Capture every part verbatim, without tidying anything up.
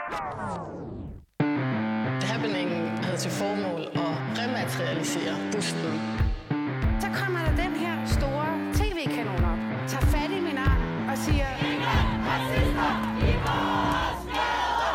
Happeningen havde til formål at rematerialisere busten. Så kommer der den her store tv-kanon op, tager fat i min arm og siger: Ingen racister i vores gader!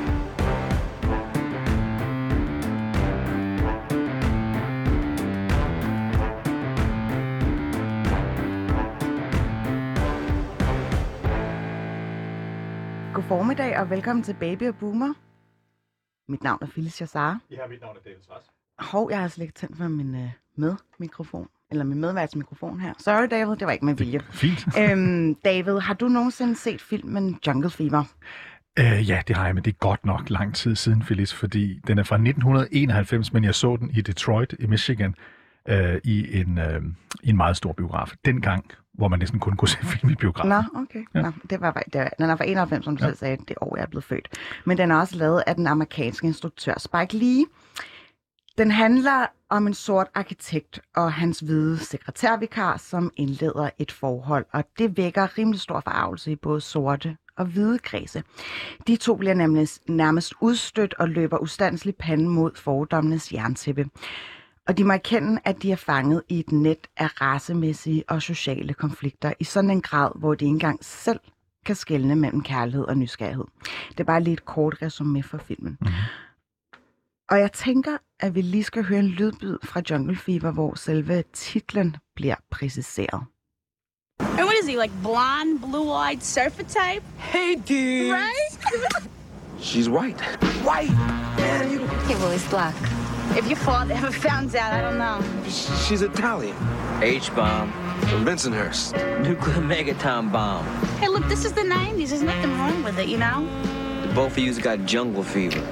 God formiddag og velkommen til Baby og Boomer. Mit navn er Phyllis Jassar. Ja, mit navn er David Svars. Hov, jeg har slet ikke tændt for min øh, medmikrofon, eller min medværtsmikrofon her. Sorry David, det var ikke med vilje. Fint. øhm, David, har du nogensinde set filmen Jungle Fever? Uh, ja, det har jeg, men det er godt nok lang tid siden, Phyllis, fordi den er fra nitten enoghalvfems, men jeg så den i Detroit i Michigan uh, i, en, uh, i en meget stor biograf. Dengang, hvor man næsten kun kunne se film i biografen. Nå, okay. Ja. Nå, det var, det var, den er fra enoghalvfems, som du ja. selv sagde, det år, jeg er blevet født. Men den er også lavet af den amerikanske instruktør Spike Lee. Den handler om en sort arkitekt og hans hvide sekretærvikar, som indleder et forhold, og det vækker rimelig stor forargelse i både sorte og hvide kredse. De to bliver nemlig nærmest udstødt og løber ustandselig panden mod fordommenes jerntæppe. Og de må erkende, at de er fanget i et net af racemæssige og sociale konflikter i sådan en grad, hvor de ikke engang selv kan skelne mellem kærlighed og nysgerrighed. Det er bare lige et kort resumé for filmen. Mm-hmm. Og jeg tænker, at vi lige skal høre en lydbid fra Jungle Fever, hvor selve titlen bliver præciseret. And what is he, like blonde, blue-eyed surfer type? Hey, dude! Right? She's white. White! Man, you... Okay, well, he's black. If your father ever found out, I don't know. She's Italian. H-bomb. From Bensonhurst. Nuclear megaton bomb. Hey, look, this is the nineties. There's nothing wrong with it, you know? Both of you's got jungle fever.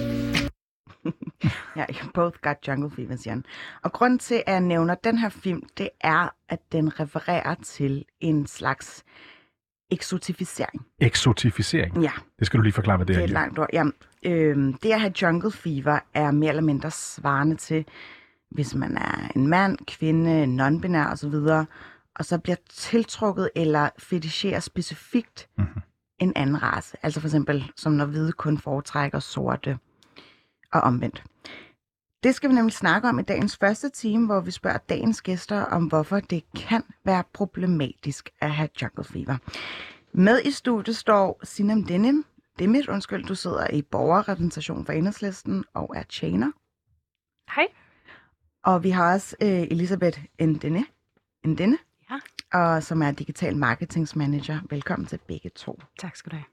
Ja, you both got jungle fever, siger han. Og grunden til, at jeg nævner den her film, det er, at den refererer til en slags eksotificering. Eksotificering? Ja. Det skal du lige forklare, hvad det er. Det er et langt ord. Jamen, øh, det at have jungle fever er mere eller mindre svarende til, hvis man er en mand, kvinde, non-binær osv., og så bliver tiltrukket eller fetisherer specifikt mm-hmm. en anden race. Altså for eksempel, som når hvide kun foretrækker sorte og omvendt. Det skal vi nemlig snakke om i dagens første time, hvor vi spørger dagens gæster om, hvorfor det kan være problematisk at have jungle fever. Med i studiet står Sinem Denim. Demir, undskyld, du sidder i borgerrepræsentation for Enhedslisten og er tjener. Hej. Og vi har også øh, Elisabeth Ndene, Ndene ja. og, som er digital marketingsmanager. Velkommen til begge to. Tak skal du have.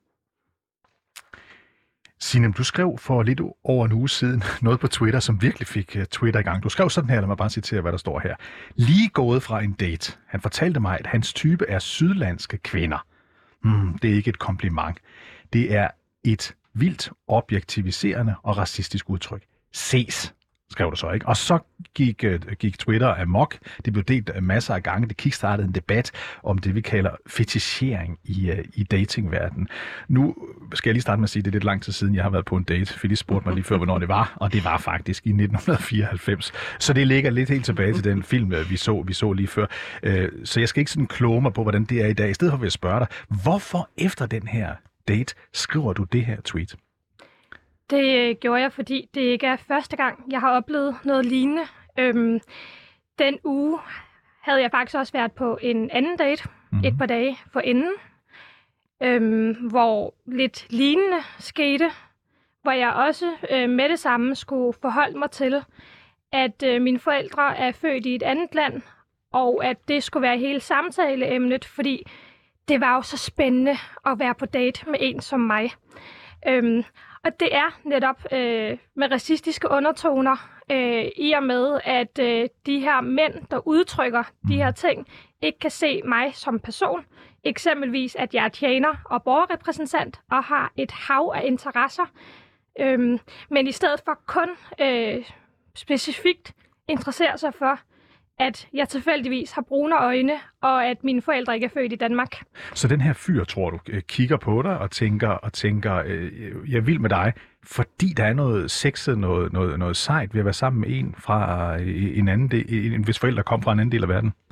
Sinem, du skrev for lidt over en uge siden noget på Twitter, som virkelig fik Twitter i gang. Du skrev sådan her, lad mig bare citere, hvad der står her. Lige gået fra en date. Han fortalte mig, at hans type er sydlandske kvinder. Hmm, det er ikke et kompliment. Det er et vildt objektiviserende og racistisk udtryk. Ses, skrev du så, ikke? Og så gik, gik Twitter amok. Det blev delt masser af gange. Det kickstartede en debat om det, vi kalder fetichering i, i datingverdenen. Nu skal jeg lige starte med at sige, at det er lidt lang tid siden, jeg har været på en date. Phyllis spurgte mig lige før, hvornår det var, og det var faktisk i nitten fireoghalvfems. Så det ligger lidt helt tilbage til den film, vi så, vi så lige før. Så jeg skal ikke sådan kloge mig på, hvordan det er i dag. I stedet for vil jeg spørge dig, hvorfor efter den her date skriver du det her tweet? Det gjorde jeg, fordi det ikke er første gang, jeg har oplevet noget lignende. Øhm, den uge havde jeg faktisk også været på en anden date, mm-hmm. et par dage forinden, øhm, hvor lidt lignende skete, hvor jeg også øh, med det samme skulle forholde mig til, at øh, mine forældre er født i et andet land, og at det skulle være hele samtaleemnet, fordi det var jo så spændende at være på date med en som mig. Øhm, Og det er netop øh, med racistiske undertoner, øh, i og med, at øh, de her mænd, der udtrykker de her ting, ikke kan se mig som person. Eksempelvis, at jeg er tjener og borgerrepræsentant og har et hav af interesser. Øhm, men i stedet for kun øh, specifikt interessere sig for, at jeg tilfældigvis har brune øjne, og at mine forældre ikke er født i Danmark. Så den her fyr, tror du, kigger på dig og tænker, og tænker jeg vil med dig, fordi der er noget sexet, noget, noget, noget sejt ved at være sammen med en fra en anden del, hvis forældre kom fra en anden del af verden?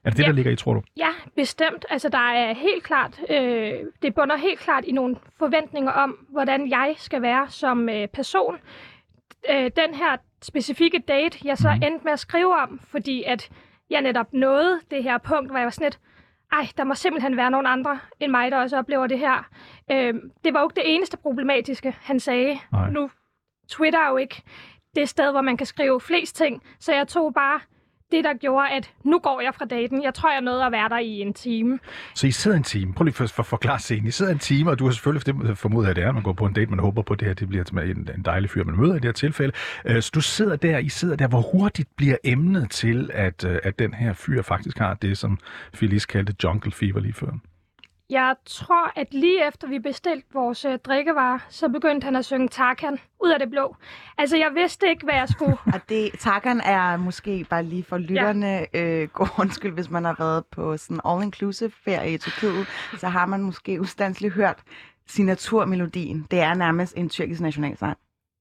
Er det det, ja. der ligger i, tror du? Ja, bestemt. Altså, der er helt klart, øh, det bunder helt klart i nogle forventninger om, hvordan jeg skal være som øh, person. Øh, den her specifikke date, jeg så mm. endte med at skrive om, fordi at jeg netop nåede det her punkt, hvor jeg var sådan lidt, ej, der må simpelthen være nogen andre end mig, der også oplever det her. Øh, det var jo ikke det eneste problematiske, han sagde. Nej. Nu Twitter er jo ikke det sted, hvor man kan skrive flest ting, så jeg tog bare det, der gjorde, at nu går jeg fra daten. Jeg tror, jeg nåede at være der i en time. Så I sidder en time. Prøv lige for at for, forklare scenen. I sidder en time, og du har selvfølgelig formodet, at det er, at man går på en date, man håber på, at det her det bliver en, en dejlig fyr, man møder i det her tilfælde. Så du sidder der, I sidder der. Hvor hurtigt bliver emnet til, at, at den her fyr faktisk har det, som Felice kaldte jungle fever lige før? Jeg tror, at lige efter vi bestilte vores øh, drikkevarer, så begyndte han at synge Tarkan ud af det blå. Altså, jeg vidste ikke, hvad jeg skulle. Og det, Tarkan er måske bare lige for lytterne ja. øh, god undskyld, hvis man har været på sådan all-inclusive ferie i Tyrkiet, så har man måske ustandsligt hørt signaturmelodien. Det er nærmest en tyrkisk nationalsang.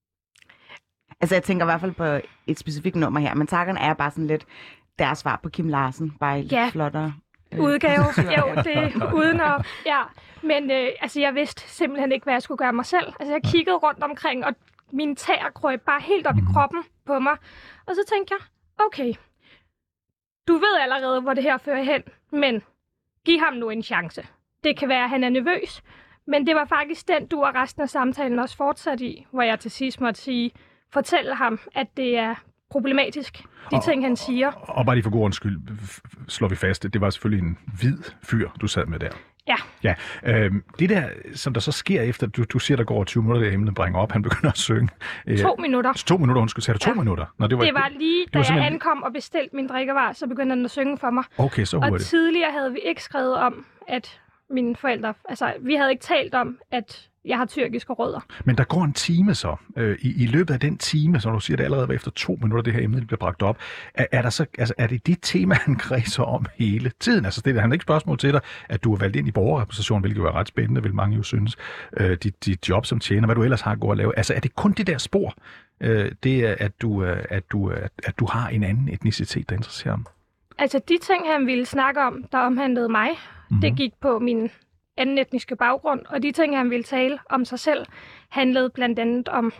Altså, jeg tænker i hvert fald på et specifikt nummer her, men Tarkan er bare sådan lidt deres svar på Kim Larsen, bare lidt ja. flottere. Udgave. Jo, det er uden at... Ja, men øh, altså, jeg vidste simpelthen ikke, hvad jeg skulle gøre mig selv. Altså, jeg kiggede rundt omkring, og mine tæer krøb bare helt op i kroppen på mig. Og så tænkte jeg, okay, du ved allerede, hvor det her fører hen, men giv ham nu en chance. Det kan være, at han er nervøs, men det var faktisk den, du og resten af samtalen også fortsat i, hvor jeg til sidst måtte sige, fortælle ham, at det er problematisk, de og, ting, han siger. Og, og bare lige for god undskyld, slår vi fast, det var selvfølgelig en hvid fyr, du sad med der. Ja. ja. Øhm, det der, som der så sker efter, du, du siger, der går tyve minutter, det emnet bringer op, han begynder at synge. Øh, to minutter. To minutter, undskyld. Sagde du to ja. minutter? Nå, det var, det var lige, da det var jeg simpelthen... ankom og bestilte min drikkevarer, så begyndte han at synge for mig. Okay, så hurtigt. Og tidligere havde vi ikke skrevet om, at mine forældre, altså vi havde ikke talt om, at jeg har tyrkiske rødder. Men der går en time så. Øh, i, I løbet af den time, som du siger, det allerede var efter to minutter, det her emne bliver bragt op. Er, er, der så, altså, er det det tema, han kredser om hele tiden? Altså, det er han ikke spørgsmål til dig, at du er valgt ind i borgerrepræsentation, hvilket jo er ret spændende, vil mange jo synes. Øh, dit, dit job som tjener, hvad du ellers har gået at lave. Altså, er det kun det der spor, øh, det er, at du, øh, at, du, at, at du har en anden etnicitet, der interesserer ham? Altså, de ting, han ville snakke om, der omhandlede mig, mm-hmm. det gik på min anden etniske baggrund, og de ting, han ville tale om sig selv, handlede blandt andet om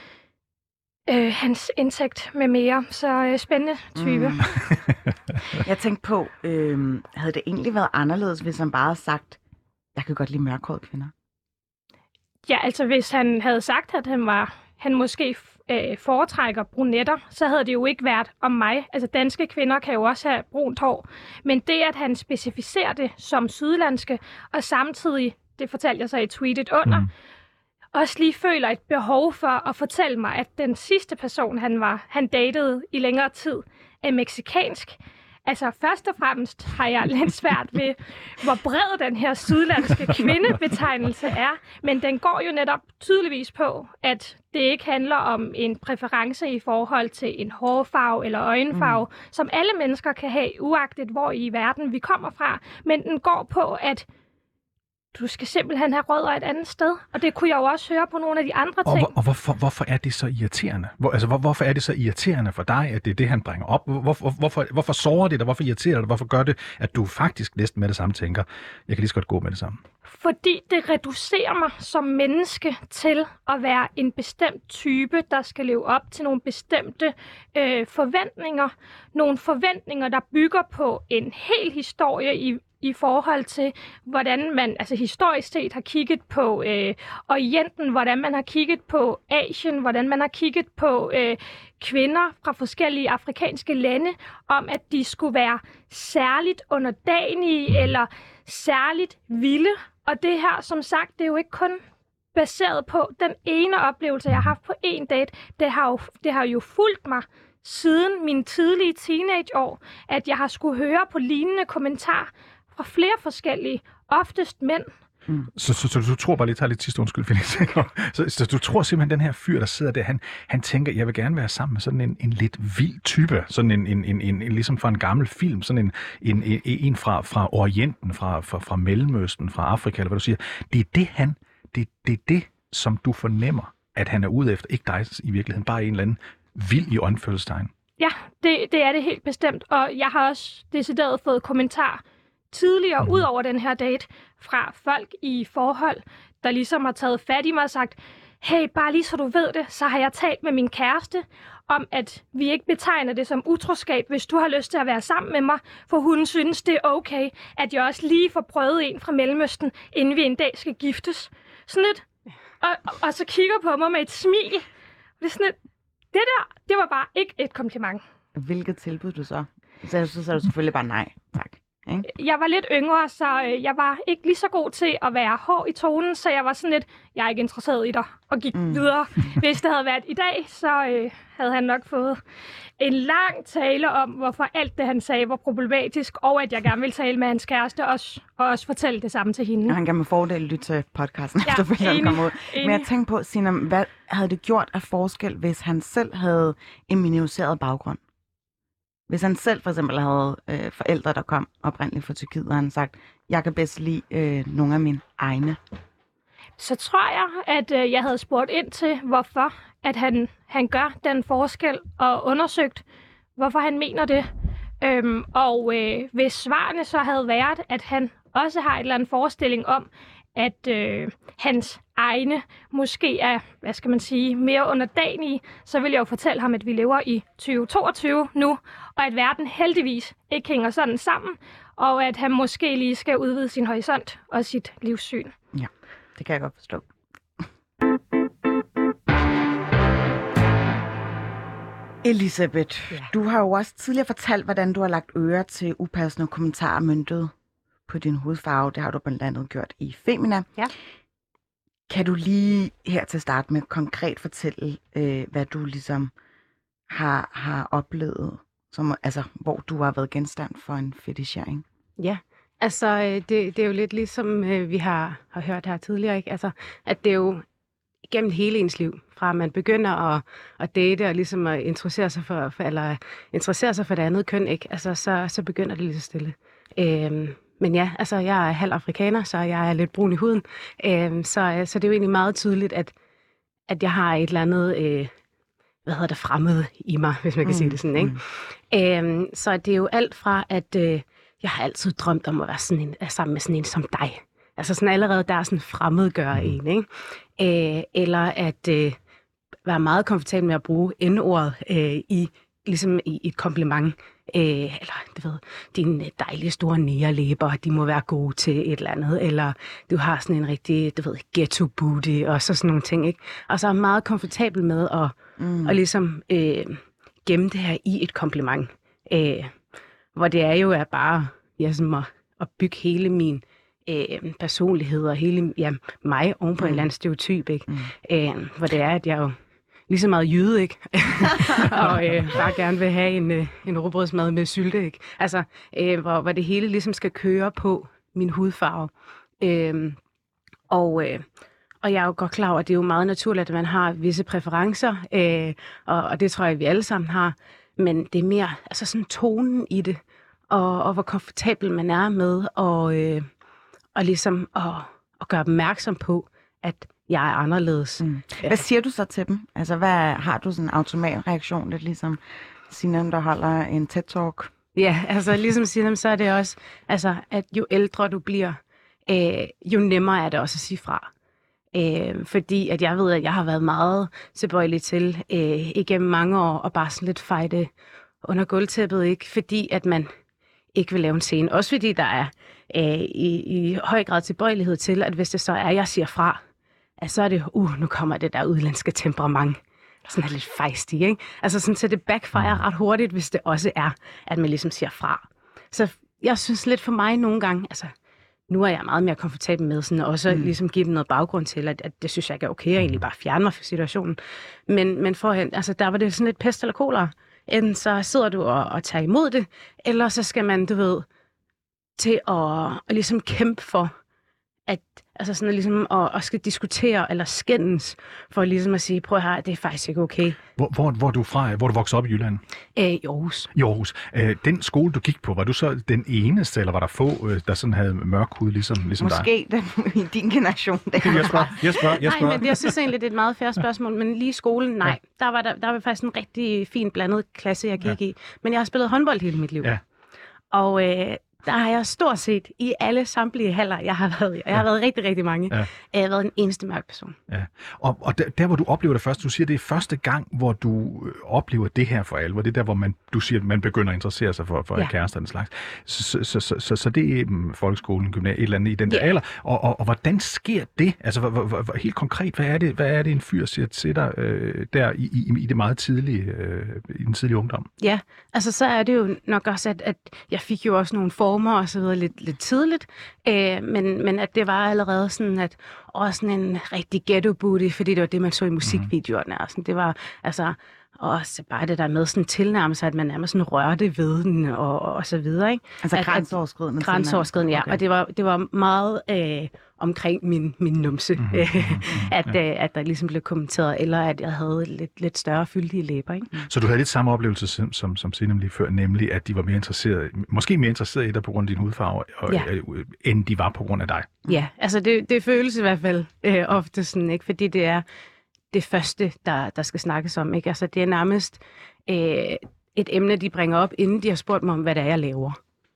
øh, hans indtægt med mere. Så øh, spændende type. Mm. Jeg tænkte på, øh, havde det egentlig været anderledes, hvis han bare havde sagt, jeg kan godt lide mørkhårede kvinder? Ja, altså hvis han havde sagt, at han var han måske øh, foretrækker brunetter, så havde det jo ikke været om mig. Altså danske kvinder kan jo også have brunt hår. Men det, at han specificerer det som sydlandske, og samtidig, det fortalte jeg så i tweetet under, mm. også lige føler et behov for at fortælle mig, at den sidste person, han var, han datede i længere tid, er mexikansk. Altså først og fremmest har jeg lidt svært ved, hvor bred den her sydlandske kvindebetegnelse er, men den går jo netop tydeligvis på, at det ikke handler om en præference i forhold til en hårfarve eller øjenfarve, mm. som alle mennesker kan have, uagtet hvor i verden vi kommer fra, men den går på, at du skal simpelthen have rødder et andet sted, og det kunne jeg jo også høre på nogle af de andre ting. Og, og hvorfor, hvorfor er det så irriterende? Hvor, altså, hvor, hvorfor er det så irriterende for dig, at det er det, han bringer op? Hvor, hvor, hvorfor, hvorfor sårer det dig? Hvorfor irriterer det dig? Hvorfor gør det, at du faktisk næsten med det samme tænker, jeg kan lige så godt gå med det samme? Fordi det reducerer mig som menneske til at være en bestemt type, der skal leve op til nogle bestemte øh, forventninger. Nogle forventninger, der bygger på en hel historie i i forhold til, hvordan man altså historisk set har kigget på øh, Orienten, hvordan man har kigget på Asien, hvordan man har kigget på øh, kvinder fra forskellige afrikanske lande, om at de skulle være særligt underdanige eller særligt vilde. Og det her, som sagt, det er jo ikke kun baseret på den ene oplevelse, jeg har haft på en date. Det har jo, det har jo fulgt mig siden mine tidlige teenageår, at jeg har skulle høre på lignende kommentarer fra flere forskellige, oftest mænd. Mm. Så, så, så du tror bare lige, tager lidt sidste undskyld, Felix. så, så du tror simpelthen, den her fyr, der sidder der, han, han tænker, jeg vil gerne være sammen med sådan en, en lidt vild type, sådan en, en, en, en, en ligesom fra en gammel film, sådan en, en, en, en fra, fra Orienten, fra, fra, fra Mellemøsten, fra Afrika, eller hvad du siger. Det er det, han, det, det er det, som du fornemmer, at han er ude efter, ikke dig i virkeligheden, bare en eller anden vild i åndfølgestegn. Ja, det, det er det helt bestemt. Og jeg har også decideret fået kommentar tidligere mm. ud over den her date fra folk i forhold, der ligesom har taget fat i mig og sagt, hey, bare lige så du ved det, så har jeg talt med min kæreste om, at vi ikke betegner det som utroskab, hvis du har lyst til at være sammen med mig, for hun synes, det er okay, at jeg også lige får prøvet en fra Mellemøsten, inden vi en dag skal giftes. Sådan lidt. Og, og så kigger på mig med et smil. Det er sådan lidt. Det der, det var bare ikke et kompliment. Hvilket tilbud du så? Så, så, så er du selvfølgelig bare nej, tak. Ikke? Jeg var lidt yngre, så øh, jeg var ikke lige så god til at være hård i tonen, så jeg var sådan lidt, jeg er ikke interesseret i dig, og gik mm. videre. Hvis det havde været i dag, så øh, havde han nok fået en lang tale om, hvorfor alt det, han sagde, var problematisk, og at jeg gerne ville tale med hans kæreste, også, og også fortælle det samme til hende. Og han kan med fordel lytte til podcasten, ja, efter filmen kommer ud. Enig. Men jeg tænkte på, Sina, hvad havde det gjort af forskel, hvis han selv havde en minoriseret baggrund? Hvis han selv for eksempel havde øh, forældre, der kom oprindeligt fra Tyrkiet, og han sagt, jeg kan bedst lide øh, nogle af mine egne. Så tror jeg, at øh, jeg havde spurgt ind til, hvorfor at han, han gør den forskel, og undersøgt, hvorfor han mener det. Øhm, og øh, hvis svarene så havde været, at han også har et eller andet forestilling om, at øh, hans egne måske er, hvad skal man sige, mere underdanige, så vil jeg jo fortælle ham, at vi lever i tyve toogtyve nu, og at verden heldigvis ikke hænger sådan sammen, og at han måske lige skal udvide sin horisont og sit livssyn. Ja, det kan jeg godt forstå. Elisabeth, ja. Du har jo også tidligere fortalt, hvordan du har lagt øre til upassende kommentarer møntet på din hudfarve. Det har du blandt andet gjort i Femina. Ja. Kan du lige her til start med konkret fortælle, øh, hvad du ligesom har, har oplevet, som, altså, hvor du har været genstand for en fetichering? Ja, altså det, det er jo lidt ligesom øh, vi har, har hørt her tidligere, ikke? Altså, at det er jo gennem hele ens liv, fra man begynder at, at date og ligesom at interessere sig for, for, eller interessere sig for det andet køn, ikke? Altså, så, så begynder det lige så stille. Øhm, Men ja, altså jeg er halv afrikaner, så jeg er lidt brun i huden. Øhm, så, så det er jo egentlig meget tydeligt, at, at jeg har et eller andet, øh, hvad hedder det, fremmede i mig, hvis man kan mm. sige det sådan, ikke? Mm. Øhm, så det er jo alt fra, at øh, jeg har altid drømt om at være sådan en, sammen med sådan en som dig. Altså sådan allerede der er sådan fremmedgør en, ikke? Øh, eller at øh, være meget komfortabel med at bruge N-ordet øh, i, ligesom i et kompliment. Øh, eller, du ved, dine dejlige store nærlæber, de må være gode til et eller andet, eller du har sådan en rigtig, du ved, ghetto booty, og så sådan nogle ting, ikke? Og så er jeg meget komfortabel med at, mm. at ligesom øh, gemme det her i et kompliment, øh, hvor det er jo er bare, ja, som at, at bygge hele min øh, personlighed, og hele, ja, mig oven på mm. en eller anden stereotyp, ikke? Mm. Øh, hvor det er, at jeg jo lige så meget jyde, ikke? og øh, bare gerne vil have en, øh, en rugbrødsmad med sylte, ikke? Altså, øh, hvor, hvor det hele ligesom skal køre på min hudfarve. Øh, og, øh, og jeg er jo godt klar over, at det er jo meget naturligt, at man har visse præferencer, øh, og, og det tror jeg, vi alle sammen har. Men det er mere altså sådan tonen i det, og, og hvor komfortabel man er med, og, øh, og ligesom at, at gøre opmærksom på, at jeg er anderledes. Mm. Hvad siger du så til dem? Altså, hvad har du sådan en automatreaktion, lidt ligesom Sinem, der holder en TED-talk? Ja, altså ligesom Sinem, så er det også, altså, at jo ældre du bliver, øh, jo nemmere er det også at sige fra. Øh, fordi at jeg ved, at jeg har været meget tilbøjelig til øh, igennem mange år, og bare sådan lidt fejte under gulvtæppet, ikke? Fordi at man ikke vil lave en scene. Også fordi der er øh, i, i høj grad tilbøjelighed til, at hvis det så er, jeg siger fra, at så er det, uh, nu kommer det der udlandske temperament. Sådan er lidt feisty, ikke? Altså sådan, så det backfire ret hurtigt, hvis det også er, at man ligesom siger fra. Så jeg synes lidt for mig nogle gange, altså nu er jeg meget mere komfortabel med sådan også mm. ligesom give dem noget baggrund til, at, at det synes jeg ikke er okay, at egentlig bare fjerne mig fra situationen. Men, men forhen, altså der var det sådan lidt pest eller kolera. Enten så sidder du og, og tager imod det, eller så skal man, du ved, til at, at ligesom kæmpe for, at, Altså sådan ligesom at, at skal diskutere eller skændes, for ligesom at sige, prøv her, det er faktisk ikke okay. Hvor, hvor, hvor er du fra? Hvor er du vokset op i Jylland? Æ, I Aarhus. I Aarhus. Æ, den skole, du gik på, var du så den eneste, eller var der få, der sådan havde mørk hud, ligesom, ligesom Måske dig? Måske den i din generation. Jeg spørger, jeg spørger, jeg spørger. Nej, men jeg synes egentlig, det er et meget fair spørgsmål, men lige i skolen, nej. Ja. Der var der, der var faktisk en rigtig fin blandet klasse, jeg gik ja. i. Men jeg har spillet håndbold hele mit liv. Ja. Og øh, der har jeg stort set i alle samtlige haller, jeg har været i. Jeg har ja. været rigtig, rigtig mange. Ja. Jeg har været den eneste mørk person. Ja. Og, og der, der, hvor du oplever det først, du siger, det er første gang, hvor du oplever det her for alvor. Det er der, hvor man, du siger, man begynder at interessere sig for, for ja. kærester og den slags. Så, så, så, så, så det er um, folkeskolen, gymnasiet, et eller andet i den der ja. alder. Og, og, og hvordan sker det? Altså hvor, hvor, hvor, helt konkret, hvad er det, hvad er det en fyr siger til dig øh, der i, i, i det meget tidlige, øh, i den tidlige ungdom? Ja, altså så er det jo nok også, at, at jeg fik jo også nogle former og så videre lidt, lidt tidligt, øh, men, men at det var allerede sådan, at også sådan en rigtig ghetto-booty, fordi det var det, man så i musikvideoerne. Og sådan, det var altså også bare det der med sådan tilnærmelse, at man nærmest sådan rørte ved den og, og så videre. Ikke? Altså grænseoverskridende. Grænseoverskridende, ja. Okay. Og det var, det var meget øh, omkring min, min numse, mm-hmm. at, ja. øh, at der ligesom blev kommenteret, eller at jeg havde lidt, lidt større fyldige læber. Ikke? Så du havde lidt samme oplevelse som, som, som Sinem lige før, nemlig at de var mere interesserede, måske mere interesserede i dig på grund af din hudfarve, og, ja. øh, end de var på grund af dig? Ja, altså det, det føles i hvert fald øh, ofte sådan, ikke? Fordi det er det første, der, der skal snakkes om. Ikke? Altså, det er nærmest øh, et emne, de bringer op, inden de har spurgt mig om, hvad det er, jeg laver.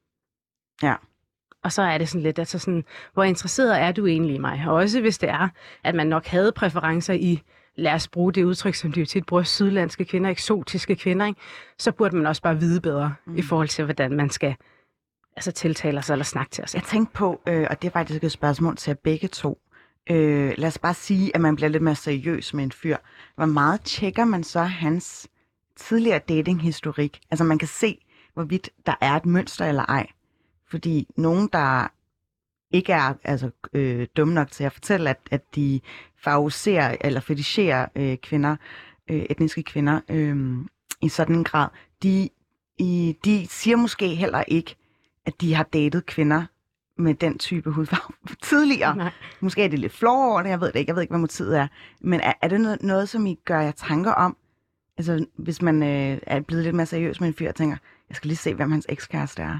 Ja. Og så er det sådan lidt, altså sådan, hvor interesseret er du egentlig i mig? Og også hvis det er, at man nok havde præferencer i, lad os bruge det udtryk, som de jo tit bruger, sydlandske kvinder, eksotiske kvinder, ikke? Så burde man også bare vide bedre mm. i forhold til, hvordan man skal altså, tiltale sig eller snakke til os. Jeg tænkte på, øh, og det er faktisk et spørgsmål til begge to, Øh, lad os bare sige, at man bliver lidt mere seriøs med en fyr. Hvor meget tjekker man så hans tidligere datinghistorik? Altså man kan se, hvorvidt der er et mønster eller ej. Fordi nogen, der ikke er altså, øh, dumme nok til at fortælle, at, at de favoriserer eller fetisherer øh, kvinder, øh, etniske kvinder, øh, i sådan en grad, de, i, de siger måske heller ikke, at de har datet kvinder med den type hudfarve tidligere. Nej. Måske er det lidt flår over det, jeg ved det ikke, jeg ved ikke, hvad motivet er. Men er, er det noget, noget, som I gør jer tanker om? Altså, hvis man øh, er blevet lidt mere seriøs med en fyr og tænker, jeg skal lige se, hvem hans ekskæreste er.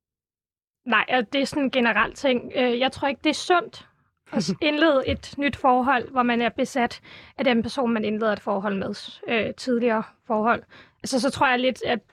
Nej, det er sådan en generel ting. Jeg tror ikke, det er sundt at indlede et nyt forhold, hvor man er besat af den person, man indleder et forhold med øh, tidligere forhold. Altså, så tror jeg lidt, at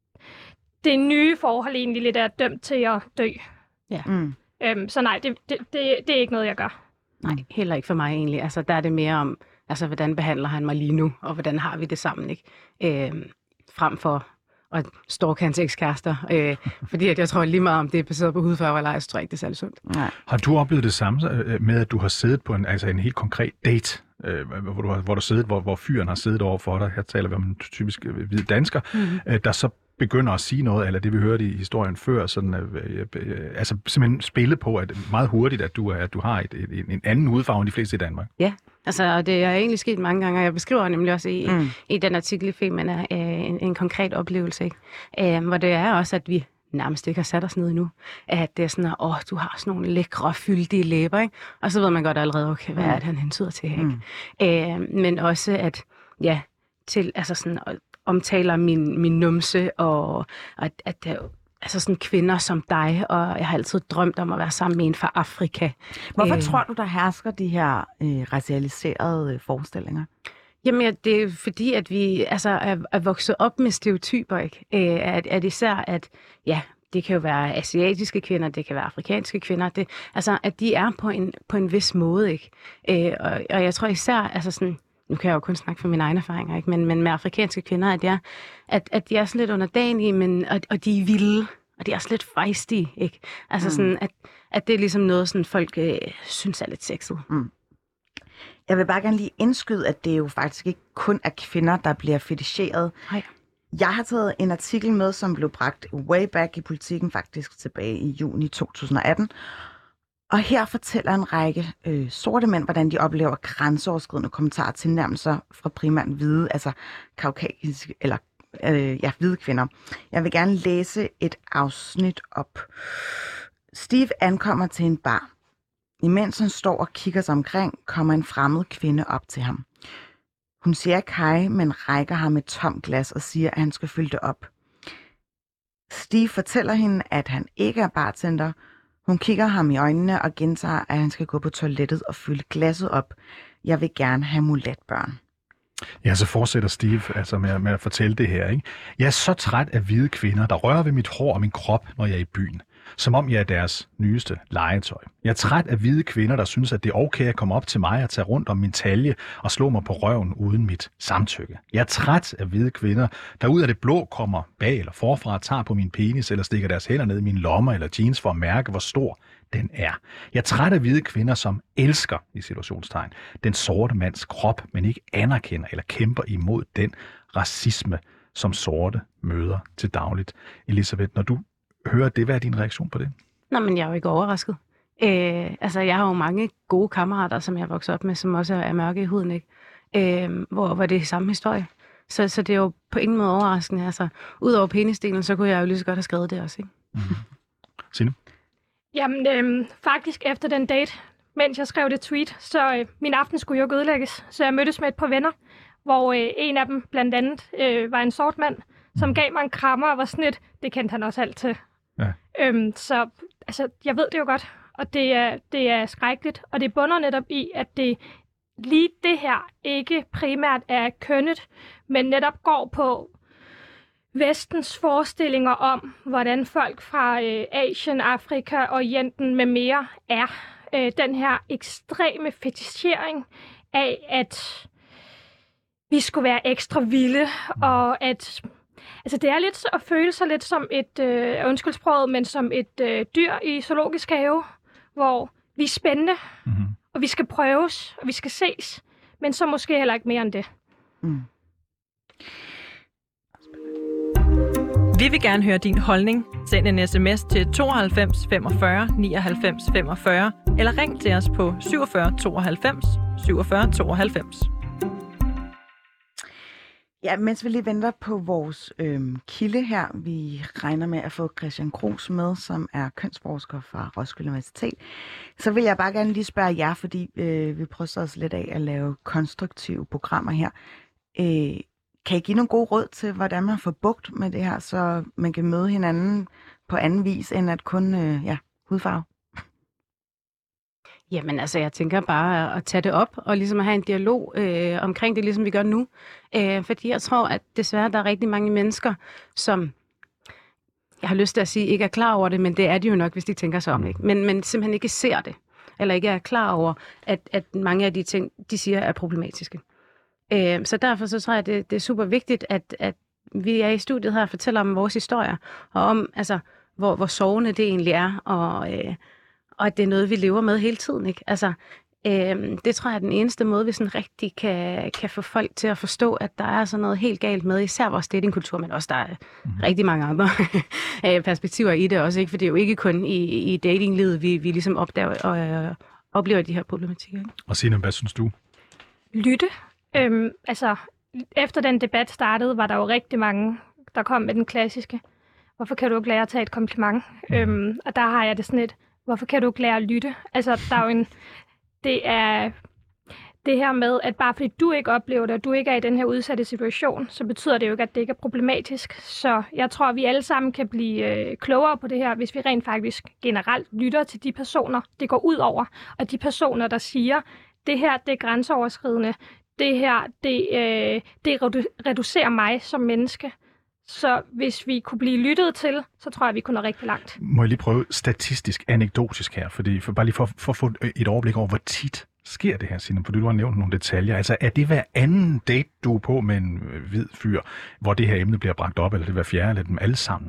det nye forhold egentlig lidt er dømt til at dø. Ja. Mm. Øhm, så nej, det, det, det, det er ikke noget, jeg gør. Nej, heller ikke for mig egentlig. Altså, der er det mere om, altså, hvordan behandler han mig lige nu, og hvordan har vi det sammen, ikke? Øhm, frem for at stalke hans ekskærester. Øh, fordi at jeg tror lige meget om det er baseret på hudfarve eller ej, så tror jeg ikke, det er særlig sundt. Nej. Har du oplevet det samme med, at du har siddet på en, altså en helt konkret date, øh, hvor, du har, hvor, du siddet, hvor, hvor fyren har siddet over for dig? Her taler vi om en typisk hvid dansker, mm-hmm. øh, der så begynder at sige noget, eller det vi hørte i historien før, sådan, øh, øh, altså simpelthen spille på, at meget hurtigt, at du, at du har et, et, en anden hudfarve end de fleste i Danmark. Ja, altså det er egentlig sket mange gange, og jeg beskriver nemlig også i, mm. i den artikel i Femina øh, en, en konkret oplevelse, ikke? Øh, hvor det er også, at vi nærmest ikke har sat os ned endnu, at det er sådan, åh, du har sådan nogle lækre, fyldige læber, ikke? Og så ved man godt allerede, okay, hvad er det, han hentyder til, ikke? Mm. Øh, men også at, ja, til, altså sådan, omtaler min, min numse, og at, at det altså sådan kvinder som dig, og jeg har altid drømt om at være sammen med en fra Afrika. Hvorfor øh, tror du, der hersker de her øh, racialiserede øh, forestillinger? Jamen, det er fordi, at vi altså, er, er vokset op med stereotyper, ikke? Øh, at, at især, at ja, det kan jo være asiatiske kvinder, det kan være afrikanske kvinder, det, altså, at de er på en, på en vis måde, ikke? Øh, og, og jeg tror især, altså sådan, nu kan jeg jo kun snakke for mine egne erfaringer, ikke? Men, men med afrikanske kvinder, at, jeg, at, at de er sådan lidt underdanige, men, og, og de er vilde, og de er også lidt fejstige, ikke? Altså mm. sådan, at, at det er ligesom noget, sådan folk øh, synes er lidt sexet. Mm. Jeg vil bare gerne lige indskyde, at det jo faktisk ikke kun er kvinder, der bliver fetisheret. Nej. Jeg har taget en artikel med, som blev bragt way back i Politiken, faktisk tilbage i juni to tusind og atten. Og her fortæller en række øh, sorte mænd, hvordan de oplever grænseoverskridende kommentarer til nærmelser fra primært hvide, altså kaukasiske, eller øh, ja, hvide kvinder. Jeg vil gerne læse et afsnit op. Steve ankommer til en bar. Imens han står og kigger sig omkring, kommer en fremmed kvinde op til ham. Hun siger ikke hej, men rækker ham et tomt glas og siger, at han skal fylde det op. Steve fortæller hende, at han ikke er bartender. Hun kigger ham i øjnene og gentager, at han skal gå på toilettet og fylde glasset op. Jeg vil gerne have mulatbørn. Ja, så fortsætter Steve altså med, med at fortælle det her. Ikke? Jeg er så træt af hvide kvinder, der rører ved mit hår og min krop, når jeg er i byen. Som om jeg er deres nyeste legetøj. Jeg er træt af hvide kvinder, der synes, at det er okay at komme op til mig og tage rundt om min talje og slå mig på røven uden mit samtykke. Jeg er træt af hvide kvinder, der ud af det blå kommer bag eller forfra, tager på min penis eller stikker deres hænder ned i mine lommer eller jeans for at mærke, hvor stor den er. Jeg er træt af hvide kvinder, som elsker, i situationstegn, den sorte mands krop, men ikke anerkender eller kæmper imod den racisme, som sorte møder til dagligt. Elisabeth, når du hører det, hvad er din reaktion på det? Nå, men jeg er jo ikke overrasket. Øh, altså, jeg har jo mange gode kammerater, som jeg er vokset op med, som også er mørke i huden, ikke? Øh, hvor, hvor det er samme historie. Så, så det er jo på ingen måde overraskende. Altså, udover penisdelen, så kunne jeg jo lige så godt have skrevet det også, ikke? Mm-hmm. Signe? Jamen, øh, faktisk efter den date, mens jeg skrev det tweet, så øh, min aften skulle jo ikke ødelægges. Så jeg mødtes med et par venner, hvor øh, en af dem blandt andet øh, var en sort mand, som gav mig en krammer og var sådan et, det kendte han også alt til. Ja. Øhm, så altså, jeg ved det jo godt, og det er, det er skrækkeligt, og det bunder netop i, at det lige det her ikke primært er kønnet, men netop går på vestens forestillinger om, hvordan folk fra øh, Asien, Afrika, Orienten med mere er. Øh, den her ekstreme fetichering af, at vi skulle være ekstra vilde, og at altså, det er lidt at føle sig lidt som et, øh, undskyld sproget, men som et øh, dyr i zoologisk have, hvor vi er spændende, mm-hmm. og vi skal prøves, og vi skal ses, men så måske heller ikke mere end det. Mm. Vi vil gerne høre din holdning. Send en sms til tooghalvfems femogfyrre nioghalvfems femogfyrre, eller ring til os på syvogfyrre tooghalvfems syvogfyrre tooghalvfems. Ja, mens vi lige venter på vores øhm, kilde her, vi regner med at få Christian Krohs med, som er kønsforsker fra Roskilde Universitet, så vil jeg bare gerne lige spørge jer, fordi øh, vi prøver os lidt af at lave konstruktive programmer her. Øh, kan I give nogle gode råd til, hvordan man får bugt med det her, så man kan møde hinanden på anden vis, end at kun øh, ja, hudfarve? Jamen altså, jeg tænker bare at tage det op og ligesom at have en dialog øh, omkring det, ligesom vi gør nu. Øh, fordi jeg tror, at desværre der er rigtig mange mennesker, som, jeg har lyst til at sige, ikke er klar over det, men det er de jo nok, hvis de tænker sig om, ikke? Men, men simpelthen ikke ser det, eller ikke er klar over, at, at mange af de ting, de siger, er problematiske. Øh, så derfor så tror jeg, at det, det er super vigtigt, at, at vi er i studiet her og fortæller om vores historier, og om, altså, hvor, hvor sovende det egentlig er, og... Øh, Og at det er noget, vi lever med hele tiden, ikke? Altså, øh, det tror jeg er den eneste måde, vi sådan rigtig kan, kan få folk til at forstå, at der er sådan noget helt galt med, især vores datingkultur, men også der er mm-hmm. rigtig mange andre perspektiver i det også, ikke? For det er jo ikke kun i, i datinglivet, vi, vi ligesom opdager og øh, oplever de her problematikker. Ikke? Og Signe, hvad synes du? Lytte. Øhm, altså, efter den debat startede, var der jo rigtig mange, der kom med den klassiske. Hvorfor kan du ikke lære at tage et kompliment? Mm. Øhm, og der har jeg det sådan et, hvorfor kan du ikke lære at lytte? Altså, der er jo en... Det er det her med, at bare fordi du ikke oplever det, og du ikke er i den her udsatte situation, så betyder det jo ikke, at det ikke er problematisk. Så jeg tror, at vi alle sammen kan blive øh, klogere på det her, hvis vi rent faktisk generelt lytter til de personer, det går ud over. Og de personer, der siger, det her, det er grænseoverskridende. Det her, det, øh, det reducerer mig som menneske. Så hvis vi kunne blive lyttet til, så tror jeg, vi kunne nå rigtig langt. Må jeg lige prøve statistisk, anekdotisk her, fordi for, bare lige for, for at få et overblik over, hvor tit sker det her, Signe, fordi du har nævnt nogle detaljer. Altså, er det hver anden date, du er på med en hvid fyr, hvor det her emne bliver bragt op, eller det hver fjerde, eller dem alle sammen?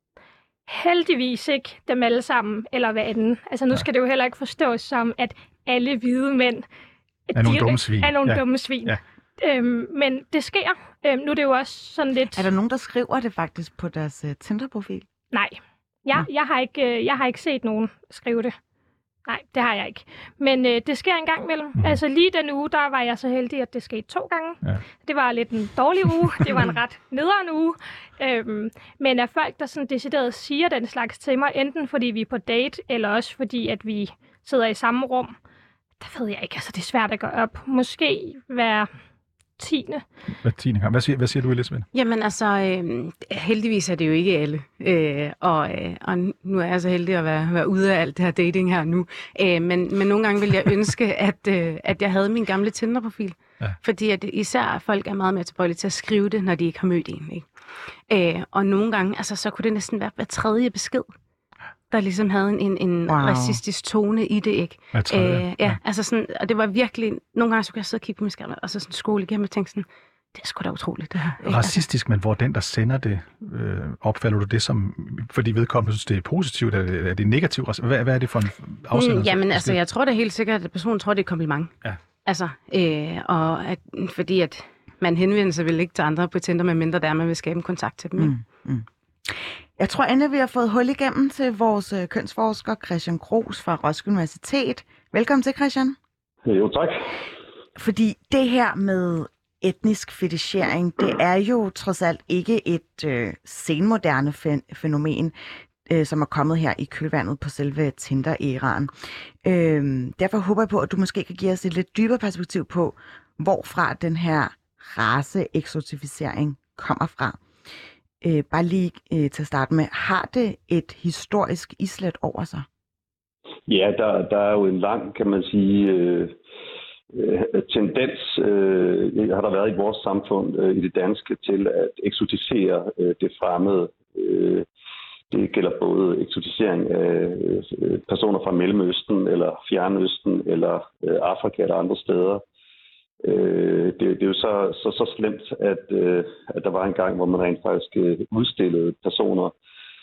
Heldigvis ikke dem alle sammen, eller hver anden. Altså, nu ja. skal det jo heller ikke forstås som, at alle hvide mænd er nogle dumme svin. Er nogle ja. dumme svin. Ja. Øhm, men det sker. Øhm, nu er det jo også sådan lidt... Er der nogen, der skriver det faktisk på deres uh, Tinder-profil? Nej. Jeg, ja. jeg, har ikke, uh, jeg har ikke set nogen skrive det. Nej, det har jeg ikke. Men øh, det sker en gang imellem. Mm. Altså lige den uge, der var jeg så heldig, at det skete to gange. Ja. Det var lidt en dårlig uge. Det var en ret nederen uge. Øhm, men af folk, der sådan decideret siger den slags til mig, enten fordi vi er på date, eller også fordi, at vi sidder i samme rum. Der ved jeg ikke, altså det er svært at gå op. Måske hver tiende. Hver tiende gang. Hvad siger, hvad siger du, Elisabeth? Jamen altså, øh, heldigvis er det jo ikke alle. Øh, og, øh, og nu er jeg så heldig at være, være ude af alt det her dating her nu. Øh, men, men nogle gange vil jeg ønske, at, øh, at jeg havde min gamle Tinder-profil. Ja. Fordi at især folk er meget mere tilbøjelige til at skrive det, når de ikke har mødt en. Ikke? Øh, og nogle gange, altså, så kunne det næsten være hver tredje besked, der ligesom havde en, en wow. racistisk tone i det, ikke? Æh, ja, ja, altså sådan, og det var virkelig, nogle gange så kunne jeg sidde og kigge på min skærm, og så sådan skole igennem og tænke sådan, det er sgu da utroligt, det her. Ikke? Racistisk, men hvor den, der sender det, øh, opfatter du det som, fordi vedkommende synes, det er positivt, er det, er det negativt? Hvad, hvad er det for en afsender? Mm, jamen altså, jeg tror da helt sikkert, at personen tror, det er et kompliment. Ja. Altså, øh, og at, fordi at man henvender sig vel ikke til andre på Tinder, medmindre der man vil skabe en kontakt til dem, ikke? Mm, mm. Jeg tror endelig, vi har fået hul igennem til vores øh, kønsforsker Christian Krohs fra Roskilde Universitet. Velkommen til, Christian. Jo, tak. Fordi det her med etnisk fetichering, det er jo trods alt ikke et øh, senmoderne fænomen, øh, som er kommet her i kølvandet på selve Tinder-æraen. Øh, derfor håber jeg på, at du måske kan give os et lidt dybere perspektiv på, hvorfra den her race-eksotificering kommer fra. Øh, bare lige øh, til at starte med, har det et historisk islet over sig? Ja, der, der er jo en lang, kan man sige, øh, øh, tendens, øh, har der været i vores samfund, øh, i det danske, til at eksotisere øh, det fremmede. Øh, det gælder både eksotisering af øh, personer fra Mellemøsten, eller Fjernøsten, eller øh, Afrika eller andre steder. Øh, det, det er jo så, så, så slemt, at, øh, at der var en gang, hvor man rent faktisk øh, udstillede personer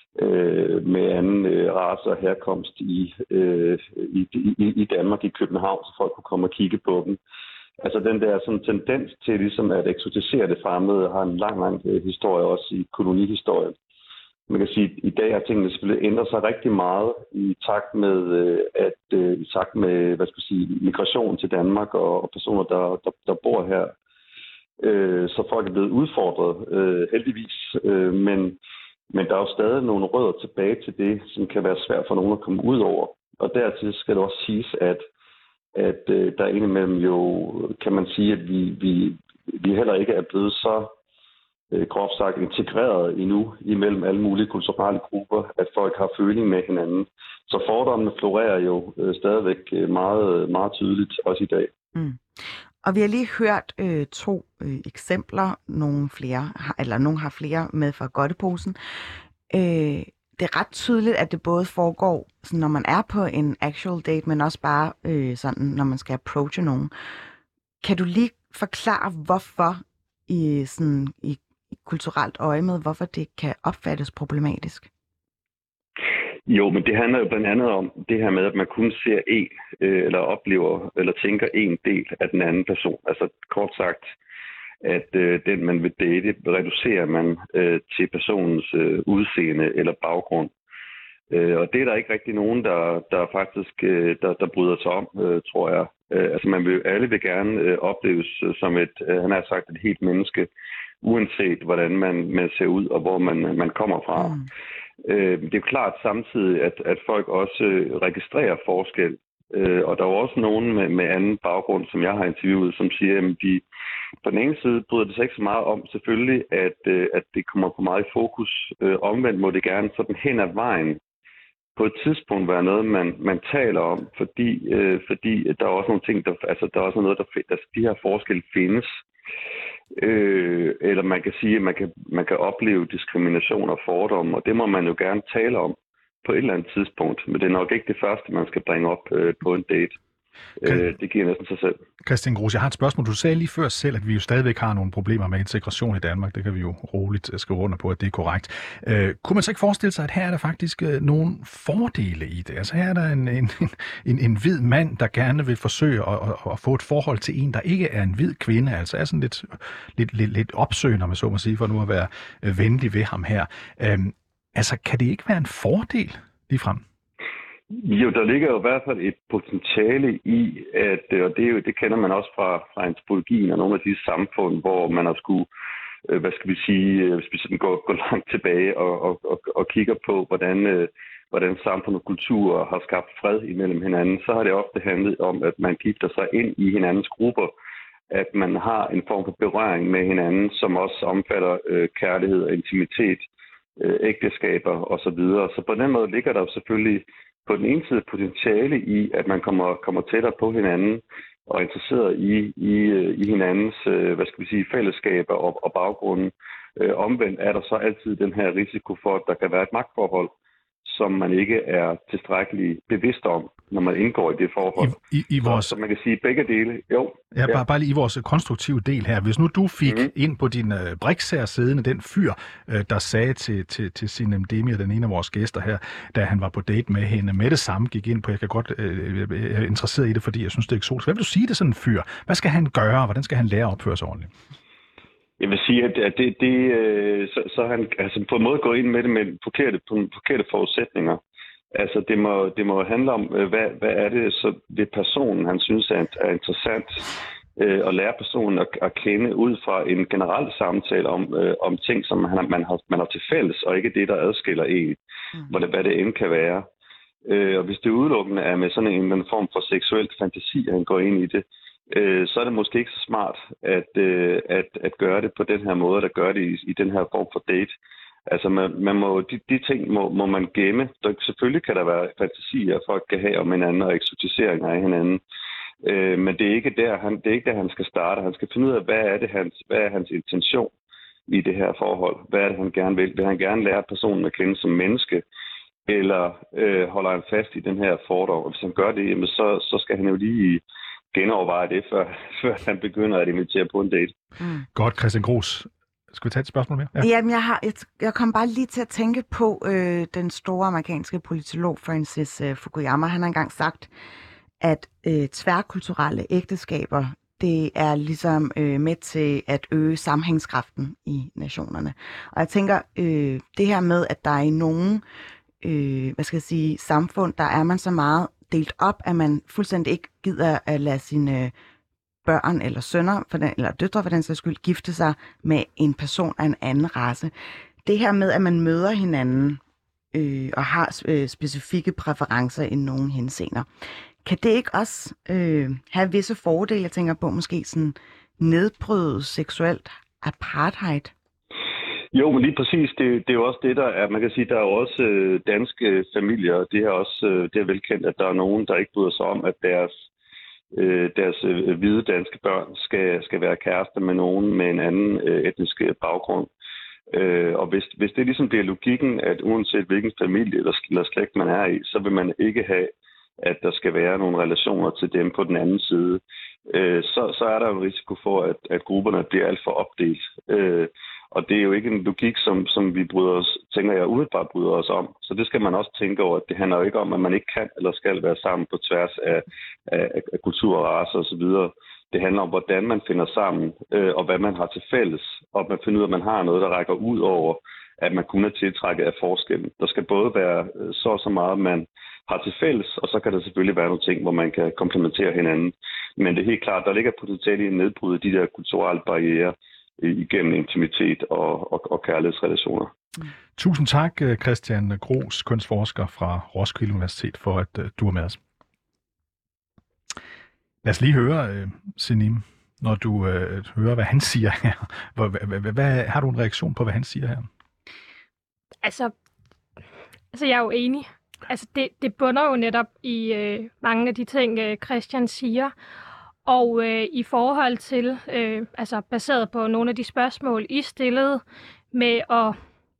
øh, med anden øh, race og herkomst i, øh, i, i, i Danmark, i København, så folk kunne komme og kigge på dem. Altså den der sådan, tendens til ligesom at eksotisere det fremmede har en lang, lang øh, historie, også i kolonihistorien. Man kan sige, at i dag har tingene selvfølgelig ændret sig rigtig meget i takt med, at, i takt med hvad skal jeg sige, migration til Danmark og personer, der, der, der bor her. Så folk er blevet udfordret, heldigvis. Men, men der er jo stadig nogle rødder tilbage til det, som kan være svært for nogen at komme ud over. Og dertil skal det også siges, at, at der indimellem jo, kan man sige, at vi, vi, vi heller ikke er blevet så groft sagt integreret endnu imellem alle mulige kulturelle grupper, at folk har føling med hinanden. Så fordommene florerer jo øh, stadigvæk meget, meget tydeligt, også i dag. Mm. Og vi har lige hørt øh, to øh, eksempler, nogle flere, eller nogle har flere med fra godteposen. Øh, det er ret tydeligt, at det både foregår, sådan, når man er på en actual date, men også bare øh, sådan, når man skal approache nogen. Kan du lige forklare, hvorfor i sådan i kulturelt øje med, hvorfor det kan opfattes problematisk? Jo, men det handler jo blandt andet om det her med, at man kun ser en, øh, eller oplever, eller tænker en del af den anden person. Altså kort sagt, at øh, den, man vil date, reducerer man øh, til personens øh, udseende eller baggrund. Øh, og det er der ikke rigtig nogen, der, der faktisk øh, der, der bryder sig om, øh, tror jeg. Øh, altså man vil, alle vil gerne øh, opleves som et, øh, han har sagt, et helt menneske, uanset hvordan man, man ser ud og hvor man, man kommer fra. Mm. Øh, det er jo klart samtidig, at, at folk også registrerer forskel. Øh, og der er også nogen med, med anden baggrund, som jeg har interviewet, som siger, at de på den ene side bryder det sig ikke så meget om selvfølgelig, at, øh, at det kommer på meget i fokus. Øh, omvendt må det gerne sådan hen ad vejen på et tidspunkt være noget, man, man taler om, fordi, øh, fordi der er også nogle ting, der, altså der er også noget, der altså, de her forskelle findes. Øh, eller man kan sige, at man kan, man kan opleve diskrimination og fordomme, og det må man jo gerne tale om på et eller andet tidspunkt. Men det er nok ikke det første, man skal bringe op øh, på en date. Øh, det giver næsten sig selv. Christian Krohs, jeg har et spørgsmål. Du sagde lige før selv, at vi jo stadigvæk har nogle problemer med integration i Danmark. Det kan vi jo roligt skrive under på, at det er korrekt. Øh, kunne man så ikke forestille sig, at her er der faktisk øh, nogle fordele i det? Altså her er der en, en, en, en hvid mand, der gerne vil forsøge at, at, at få et forhold til en, der ikke er en hvid kvinde. Altså er sådan lidt, lidt, lidt, lidt opsøgende, man så må sige, for nu at være øh, venlig ved ham her. Øh, altså kan det ikke være en fordel ligefrem? Jo, der ligger jo i hvert fald et potentiale i, at, og det, er jo, det kender man også fra, fra antropologien og nogle af de samfund, hvor man har skulle øh, hvad skal vi sige, hvis vi sådan går, går langt tilbage og, og, og, og kigger på, hvordan, øh, hvordan samfund og kultur har skabt fred imellem hinanden, så har det ofte handlet om, at man gifter sig ind i hinandens grupper, at man har en form for berøring med hinanden, som også omfatter øh, kærlighed og intimitet, øh, ægteskaber osv. Så, så på den måde ligger der jo selvfølgelig på den ene side potentiale i, at man kommer, kommer tættere på hinanden og er interesseret i, i, i hinandens øh, hvad skal vi sige, fællesskaber og, og baggrunden. Øh, omvendt er der så altid den her risiko for, at der kan være et magtforhold, som man ikke er tilstrækkeligt bevidst om, når man indgår i det forhold. I, i, i vores... så, så man kan sige begge dele, jo. Ja, bare, bare lige i vores konstruktive del her. Hvis nu du fik mm-hmm. ind på din øh, briksager siddende den fyr, øh, der sagde til, til, til Sinem Demir, den ene af vores gæster her, da han var på date med hende, med det samme gik ind på, jeg kan godt øh, jeg er interesseret i det, fordi jeg synes, det er eksotisk. Hvad vil du sige til sådan en fyr? Hvad skal han gøre? Hvordan skal han lære at opføre sig ordentligt? Jeg vil sige, at det, det øh, så, så han altså på en måde går ind med det med forkerte, forkerte forudsætninger. Altså det må, det må handle om, hvad, hvad er det så ved personen, han synes er, er interessant øh, at lære personen at, at kende ud fra en generel samtale om, øh, om ting, som han, man, har, man har til fælles, og ikke det, der adskiller en, mm. hvad, det, hvad det end kan være. Øh, og hvis det udelukkende er med sådan en, en form for seksuel fantasi, han går ind i det, øh, så er det måske ikke så smart at, øh, at, at gøre det på den her måde, at gøre det i, i den her form for date. Altså, man, man må, de, de ting må, må man gemme. Der, selvfølgelig kan der være fantasier, folk kan have om hinanden og eksotiseringer af hinanden. Øh, men det er, ikke der, han, det er ikke der, han skal starte. Han skal finde ud af, hvad er, det hans, hvad er hans intention i det her forhold. Hvad er det, han gerne vil? Vil han gerne lære personen at kende som menneske? Eller øh, holder han fast i den her fordom? Og hvis han gør det, jamen, så, så skal han jo lige genoverveje det, før, før han begynder at invitere på en date. Mm. Godt, Christian Gros. Skal vi tage et spørgsmål mere? Ja. Jamen, jeg, har, jeg, jeg kom bare lige til at tænke på øh, den store amerikanske politolog Francis øh, Fukuyama. Han har engang sagt, at øh, tværkulturelle ægteskaber, det er ligesom øh, med til at øge sammenhængskraften i nationerne. Og jeg tænker, øh, det her med, at der er i nogle øh, hvad skal jeg sige, samfund, der er man så meget delt op, at man fuldstændig ikke gider at lade sine øh, børn eller sønner, for den, eller døtre for den sags skyld, gifte sig med en person af en anden race. Det her med, at man møder hinanden øh, og har øh, specifikke præferencer i nogle henseender, kan det ikke også øh, have visse fordele? Jeg tænker på måske sådan nedbrydet seksuelt apartheid. Jo, men lige præcis, det, det er jo også det, der er, man kan sige, der er jo også øh, danske familier, og det er også øh, det er velkendt, at der er nogen, der ikke bryder sig om, at deres øh, deres øh, hvide danske børn skal, skal være kærester med nogen med en anden øh, etnisk baggrund. Øh, og hvis, hvis det ligesom bliver logikken, at uanset hvilken familie eller, eller slægt man er i, så vil man ikke have, at der skal være nogle relationer til dem på den anden side, øh, så, så er der en risiko for, at, at grupperne bliver alt for opdelt. Øh, og det er jo ikke en logik, som, som vi bryder os, tænker jeg, umiddelbart bryder os om. Så det skal man også tænke over, at det handler jo ikke om, at man ikke kan eller skal være sammen på tværs af, af, af kultur og race osv. Det handler om, hvordan man finder sammen, øh, og hvad man har til fælles, og man finder ud af, at man har noget, der rækker ud over, at man kun er tiltrækket af forskellen. Der skal både være så og så meget, man har til fælles, og så kan der selvfølgelig være nogle ting, hvor man kan komplementere hinanden. Men det er helt klart, der ligger potentiale i at nedbryde de der kulturelle barrierer igennem intimitet og, og, og kærlighedsrelationer. Tusind tak, Christian Gros, kunstforsker fra Roskilde Universitet, for at uh, du er med os. Lad os lige høre, uh, Sinem, når du uh, hører, hvad han siger her. Hvad, hvad, hvad, hvad, har du en reaktion på, hvad han siger her? Altså, altså jeg er jo enig. Altså, det, det bunder jo netop i øh, mange af de ting, øh, Christian siger. Og øh, i forhold til, øh, altså baseret på nogle af de spørgsmål, I stillede med at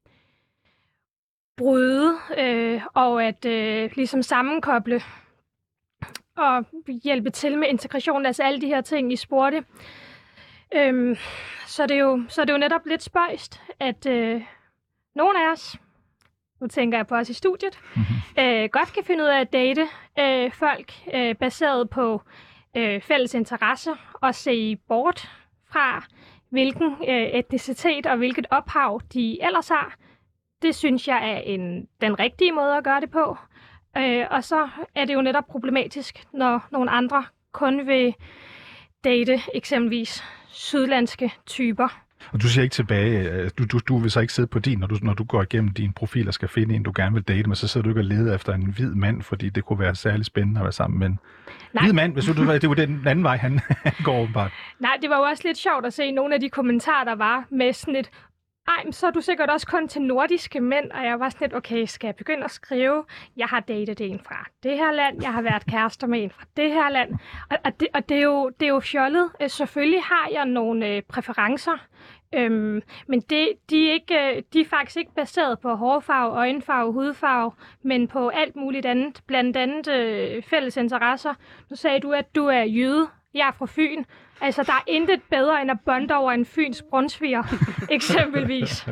bryde øh, og at øh, ligesom sammenkoble og hjælpe til med integration, altså alle de her ting, I spurgte. Øh, så, det er jo, så det er jo netop lidt spøjst, at øh, nogle af os, nu tænker jeg på os i studiet, mm-hmm. øh, godt kan finde ud af at date øh, folk øh, baseret på øh, fælles interesse og se bort fra, hvilken øh, etnicitet og hvilket ophav de ellers har. Det synes jeg er en, den rigtige måde at gøre det på. Øh, og så er det jo netop problematisk, når nogle andre kun vil date eksempelvis sydlandske typer. Og du siger ikke tilbage, du, du, du vil så ikke sidde på din, når du, når du går igennem din profil og skal finde en, du gerne vil date, men så sidder du ikke og leder efter en hvid mand, fordi det kunne være særlig spændende at være sammen med en Nej. hvid mand, hvis du, det var den anden vej, han går åbenbart. Nej, det var jo også lidt sjovt at se nogle af de kommentarer, der var med sådan et, ej, men så er du sikkert også kun til nordiske mænd, og jeg var sådan lidt, okay, skal jeg begynde at skrive, jeg har datet en fra det her land, jeg har været kærester med en fra det her land, og, og, det, og det, er jo, det er jo fjollet. Selvfølgelig har jeg nogle øh, præferencer, øhm, men det, de, er ikke, de er faktisk ikke baseret på hårfarve, øjenfarve, hudfarve, men på alt muligt andet, blandt andet øh, fælles interesser. Nu sagde du, at du er jøde, jeg er fra Fyn. Altså, der er intet bedre end at bonde over en fyns brunsviger, eksempelvis.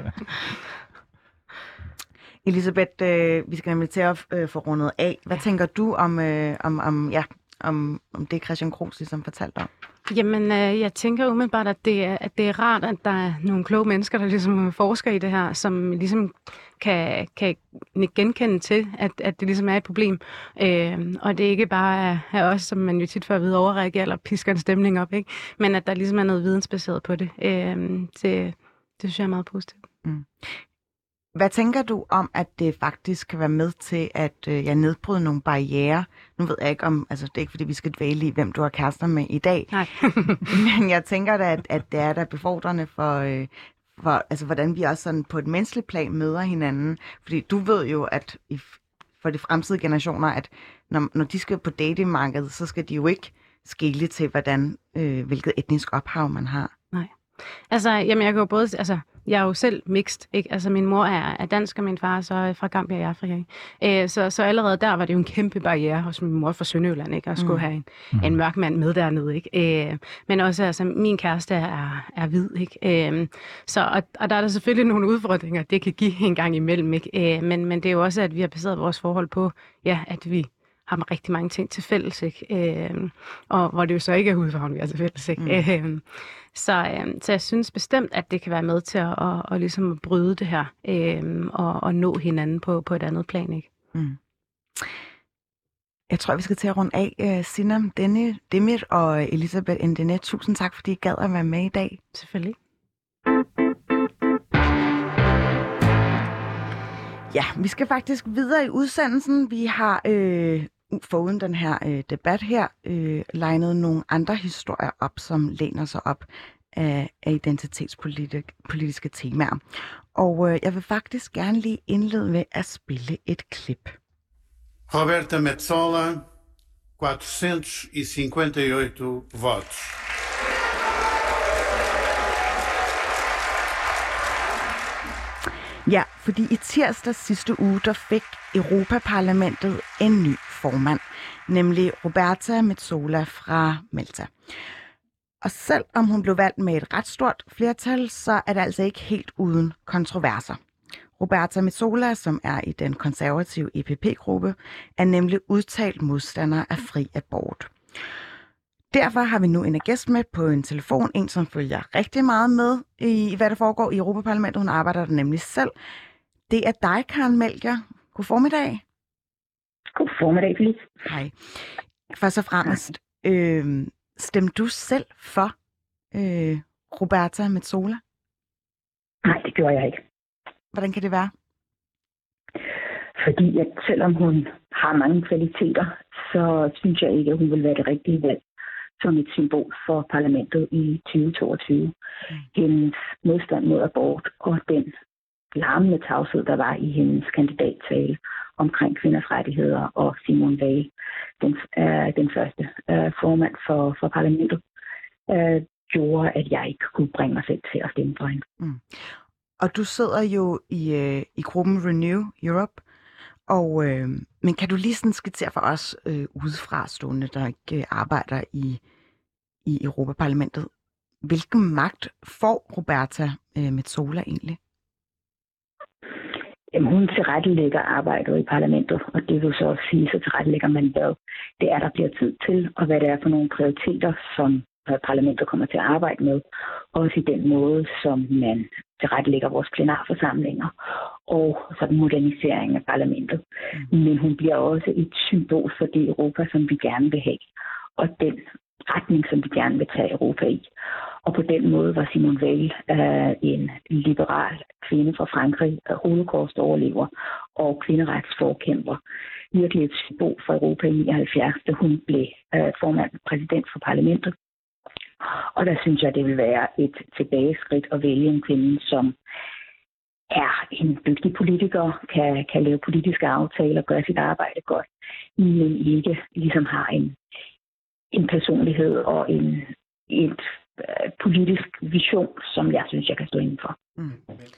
Elisabeth, øh, vi skal nemlig til at øh, få rundet af. Hvad tænker du om, øh, om, om, ja, om, om det, Christian Krohgs ligesom fortalte om? Jamen, øh, jeg tænker umiddelbart, at det, er, at det er rart, at der er nogle kloge mennesker, der ligesom forsker i det her, som ligesom kan, kan genkende til, at, at det ligesom er et problem. Øh, og det ikke bare er, er os, som man jo tit får at vide, overreagerer eller pisker en stemning op, ikke? Men at der ligesom er noget vidensbaseret på det. Øh, det, det synes jeg er meget positivt. Mm. Hvad tænker du om, at det faktisk kan være med til at øh, ja, nedbryde nogle barrierer? Nu ved jeg ikke om, altså det er ikke fordi, vi skal dvæle i, hvem du har kærester med i dag. Nej. Men jeg tænker da, at, at det er da befordrende for, øh, for, altså hvordan vi også sådan på et menneskeligt plan møder hinanden. Fordi du ved jo, at i, for de fremtidige generationer, at når, når de skal på datingmarkedet, så skal de jo ikke skele til, hvordan, øh, hvilket etnisk ophav man har. Nej. Altså, jamen jeg kan jo både, altså, jeg er jo selv mixed, ikke? Altså, min mor er, er dansk, og min far så er fra Gambia i Afrika, ikke? Øh, så, så allerede der var det jo en kæmpe barriere hos min mor fra Sønderjylland, ikke? At skulle mm. have en, mm. en mørk mand med dernede, ikke? Øh, men også, altså, min kæreste er, er hvid, ikke? Øh, så, og, og der er der selvfølgelig nogle udfordringer, det kan give en gang imellem, ikke? Øh, men, men det er jo også, at vi har baseret vores forhold på, ja, at vi har rigtig mange ting til fælles, ikke? Øh, og hvor det jo så ikke er hudfarven, vi har til fælles, ikke? Mm. Øh, så, øh, så jeg synes bestemt, at det kan være med til at, at, at, ligesom at bryde det her, øh, og, og nå hinanden på, på et andet plan, ikke? Mm. Jeg tror, vi skal til at runde af. Uh, Sinem Demir og Elisabeth Ndene, tusind tak, fordi I gad at være med i dag. Selvfølgelig. Ja, vi skal faktisk videre i udsendelsen. Vi har øh, foruden den her øh, debat her, øh, legnet nogle andre historier op, som læner sig op af, af identitetspolitiske temaer. Og øh, jeg vil faktisk gerne lige indlede med at spille et klip. Roberta Metsola, fire hundrede femoghalvfems votos. Ja, fordi i tirsdag sidste uge, der fik Europaparlamentet en ny formand, nemlig Roberta Metsola fra Malta. Og selvom hun blev valgt med et ret stort flertal, så er det altså ikke helt uden kontroverser. Roberta Metsola, som er i den konservative E P P-gruppe, er nemlig udtalt modstander af fri abort. Derfor har vi nu en gæst med på en telefon, en som følger rigtig meget med i, hvad der foregår i Europaparlamentet. Hun arbejder der nemlig selv. Det er dig, Karen Melchior. God formiddag. God formiddag, Philip. Hej. Først og fremmest, øh, stemte du selv for øh, Roberta Metsola? Nej, det gjorde jeg ikke. Hvordan kan det være? Fordi at selvom hun har mange kvaliteter, så synes jeg ikke, at hun vil være det rigtige valg som et symbol for parlamentet i tyve toogtyve. Mm. Hendes modstand mod abort og den larmende tavshed, der var i hendes kandidattale omkring kvinders rettigheder, og Simone Veil, den, øh, den første øh, formand for, for parlamentet, øh, gjorde, at jeg ikke kunne bringe mig selv til at stemme for hende. Mm. Og du sidder jo i, øh, i gruppen Renew Europe, og, øh, men kan du lige sådan skitsere for os øh, udefra stående, der ikke øh, arbejder i, i Europaparlamentet, hvilken magt får Roberta øh, Metsola egentlig? Jamen, hun tilrettelægger arbejdet i parlamentet, og det vil så også sige, så tilrettelægger man hvad det er, der bliver tid til, og hvad det er for nogle prioriteter, som parlamentet kommer til at arbejde med, også i den måde, som man tilrettelægger vores plenarforsamlinger, og sådan modernisering af parlamentet. Mm. Men hun bliver også et symbol for det Europa, som vi gerne vil have, og den retning, som vi gerne vil tage Europa i. Og på den måde var Simone Veil øh, en liberal kvinde fra Frankrig, holocaust-overlever og kvinderetsforkæmper. Virkelig et symbol for Europa i nioghalvfjerds, da hun blev øh, formand præsident for parlamentet. Og der synes jeg, det vil være et tilbageskridt at vælge en kvinde, som er en dygtig politiker, kan, kan lave politiske aftaler, gøre sit arbejde godt, men ikke ligesom har en, en personlighed og en et, uh, politisk vision, som jeg synes, jeg kan stå indenfor. Mm.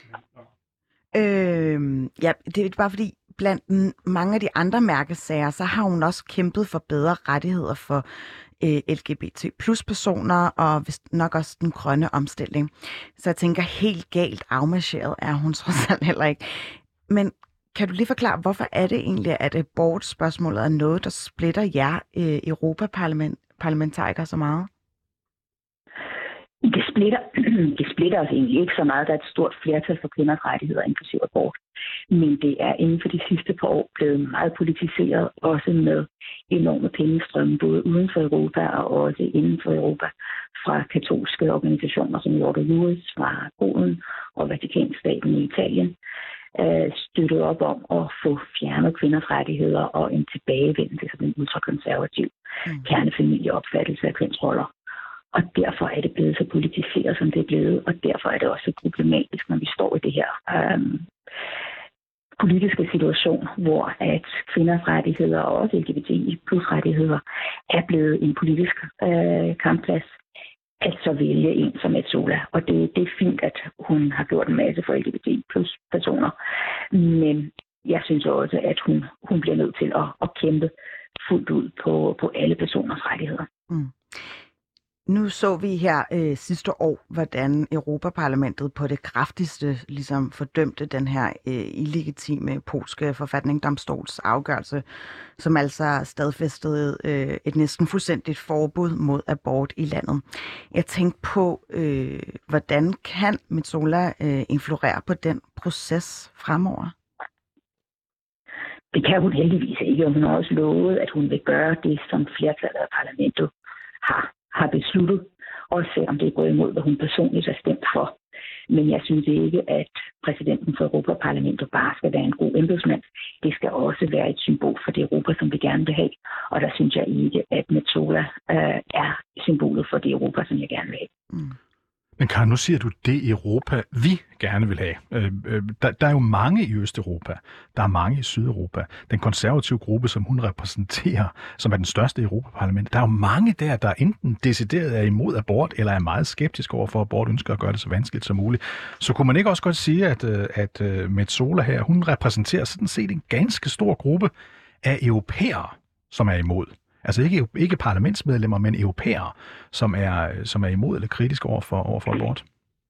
Øh, ja, det er bare fordi, blandt mange af de andre mærkesager, så har hun også kæmpet for bedre rettigheder for øh, L G B T plus personer, og vist nok også den grønne omstilling. Så jeg tænker, helt galt afmarcheret er hun trods alt heller ikke. Men kan du lige forklare, hvorfor er det egentlig, at abortspørgsmålet er noget, der splitter jer øh, europaparlamentarikere så meget? Det splitter, det splitter os egentlig ikke så meget. Der er et stort flertal for kvinders rettigheder, inklusiv abort. Men det er inden for de sidste par år blevet meget politiseret, også med enorme pengestrømme, både uden for Europa og også inden for Europa, fra katolske organisationer som Ordo Juris fra Polen og Vatikanstaten i Italien, støttet op om at få fjernet kvinders rettigheder og en tilbagevendelse til sådan en ultrakonservativ mm. kernefamilieopfattelse af kønsroller. Og derfor er det blevet så politiseret, som det er blevet, og derfor er det også så problematisk, når vi står i det her øhm, politiske situation, hvor at kvinders rettigheder og også L G B T I plus rettigheder er blevet en politisk øh, kampplads, at så vælge en som Metsola. Og det, det er fint, at hun har gjort en masse for L G B T I plus personer, men jeg synes også, at hun, hun bliver nødt til at, at kæmpe fuldt ud på, på alle personers rettigheder. Mm. Nu så vi her øh, sidste år, hvordan Europaparlamentet på det kraftigste ligesom fordømte den her øh, illegitime polske forfatningsdomstols afgørelse, som altså stadfæstede øh, et næsten fuldstændigt forbud mod abort i landet. Jeg tænkte på, øh, hvordan kan Metsola øh, influere på den proces fremover? Det kan hun heldigvis ikke, og hun har også lovet, at hun vil gøre det, som flertallet af parlamentet har. har besluttet, også selvom det er gået imod, hvad hun personligt har stemt for. Men jeg synes ikke, at præsidenten for Europaparlamentet bare skal være en god embedsmand. Det skal også være et symbol for det Europa, som vi gerne vil have. Og der synes jeg ikke, at Metsola øh, er symbolet for det Europa, som jeg gerne vil have. Mm. Men Karen, nu siger du det Europa, vi gerne vil have. Øh, øh, der, der er jo mange i Østeuropa, der er mange i Sydeuropa. Den konservative gruppe, som hun repræsenterer, som er den største i Europaparlamentet, der er jo mange der, der enten decideret er imod abort, eller er meget skeptiske over for abort, ønsker at gøre det så vanskeligt som muligt. Så kunne man ikke også godt sige, at, at Metsola her, hun repræsenterer sådan set en ganske stor gruppe af europæere, som er imod. Altså ikke, ikke parlamentsmedlemmer, men europæere, som er, som er imod eller kritiske over for, over for abort?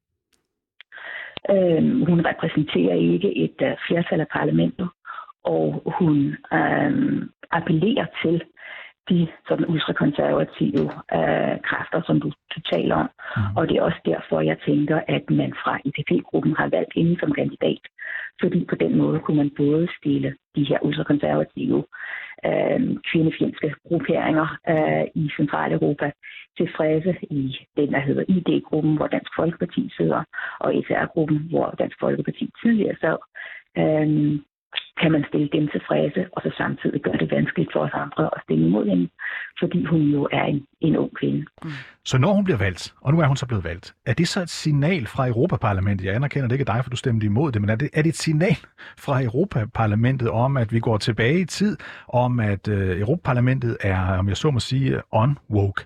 Øhm, hun repræsenterer ikke et uh, flertal af parlamentet, og hun øhm, appellerer til de sådan ultrakonservative øh, kræfter, som du, du taler om. Mm. Og det er også derfor, jeg tænker, at man fra I P P-gruppen har valgt hende som kandidat. Fordi på den måde kunne man både stille de her ultrakonservative øh, kvindefjendske grupperinger øh, i Centraleuropa tilfredse i den, der hedder I D-gruppen, hvor Dansk Folkeparti sidder, og S R-gruppen, hvor Dansk Folkeparti tidligere sad. Øh, kan man stille dem tilfredse, og så samtidig gøre det vanskeligt for os andre at stille imod hende, fordi hun jo er en, en ung kvinde. Mm. Så når hun bliver valgt, og nu er hun så blevet valgt, er det så et signal fra Europaparlamentet? Jeg anerkender det ikke dig, for du stemte imod det, men er det, er det et signal fra Europaparlamentet om, at vi går tilbage i tid, om at øh, Europaparlamentet er, om jeg så må sige, on-woke?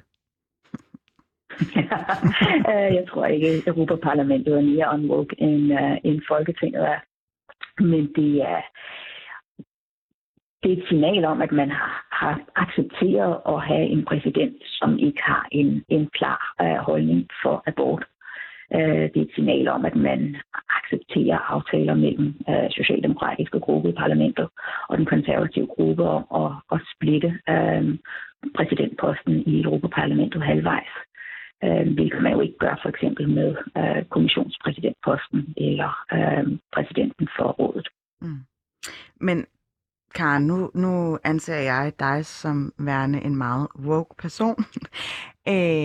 Jeg tror ikke, at Europaparlamentet er mere on-woke, end, uh, end Folketinget er. Men det er, det er et signal om, at man har, har accepteret at have en præsident, som ikke har en, en klar uh, holdning for abort. Uh, det er et signal om, at man accepterer aftaler mellem uh, socialdemokratiske gruppe i parlamentet og den konservative gruppe om at, at splitte uh, præsidentposten i Europaparlamentet halvvejs. Uh, hvilket man jo ikke gør for eksempel med uh, kommissionspræsidentposten eller uh, præsidenten for rådet. Mm. Men Karen, nu, nu anser jeg dig som værende en meget woke person. Æh,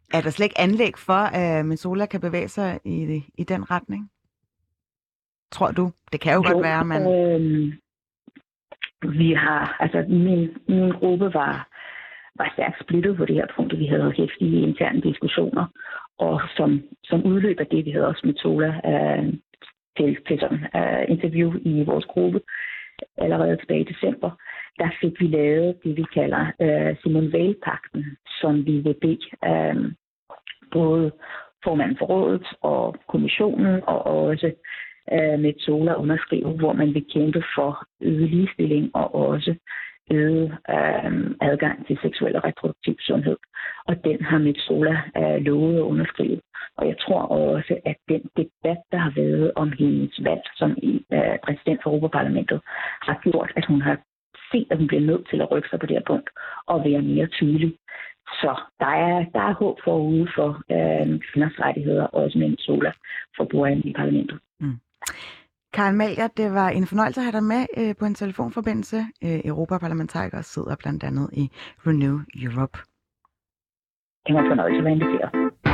Er der slet ikke anlæg for, at Metsola kan bevæge sig i, i den retning? Tror du? Det kan jo, jo godt være, man... Øh, vi har... Altså, min, min gruppe var, var stærkt splittet på det her punkt. Vi havde hæftige interne diskussioner, og som, som udløb af det, vi havde også Metsola øh, til, til sådan uh, interview i vores gruppe allerede tilbage i december. Der fik vi lavet det, vi kalder uh, Simone Veil-pakten, som vi vil bede uh, både formanden for rådet og kommissionen og også uh, Metsola underskrive, hvor man vil kæmpe for øget ligestilling og også øget uh, adgang til seksuel og reproduktiv sundhed. Og den har Metsola uh, lovet at underskrive. Og jeg tror også, at den debat, der har været om hendes valg som uh, præsident for Europaparlamentet, har gjort, at hun har set, at hun bliver nødt til at rykke sig på det her punkt og være mere tydelig. Så der er, der er håb forude for øh, kvinders rettigheder, også med Metsola for brugerne i parlamentet. Mm. Karen Malier, det var en fornøjelse at have dig med øh, på en telefonforbindelse. Øh, Europaparlamentarikere sidder blandt andet i Renew Europe. Det var en fornøjelse at være inviteret.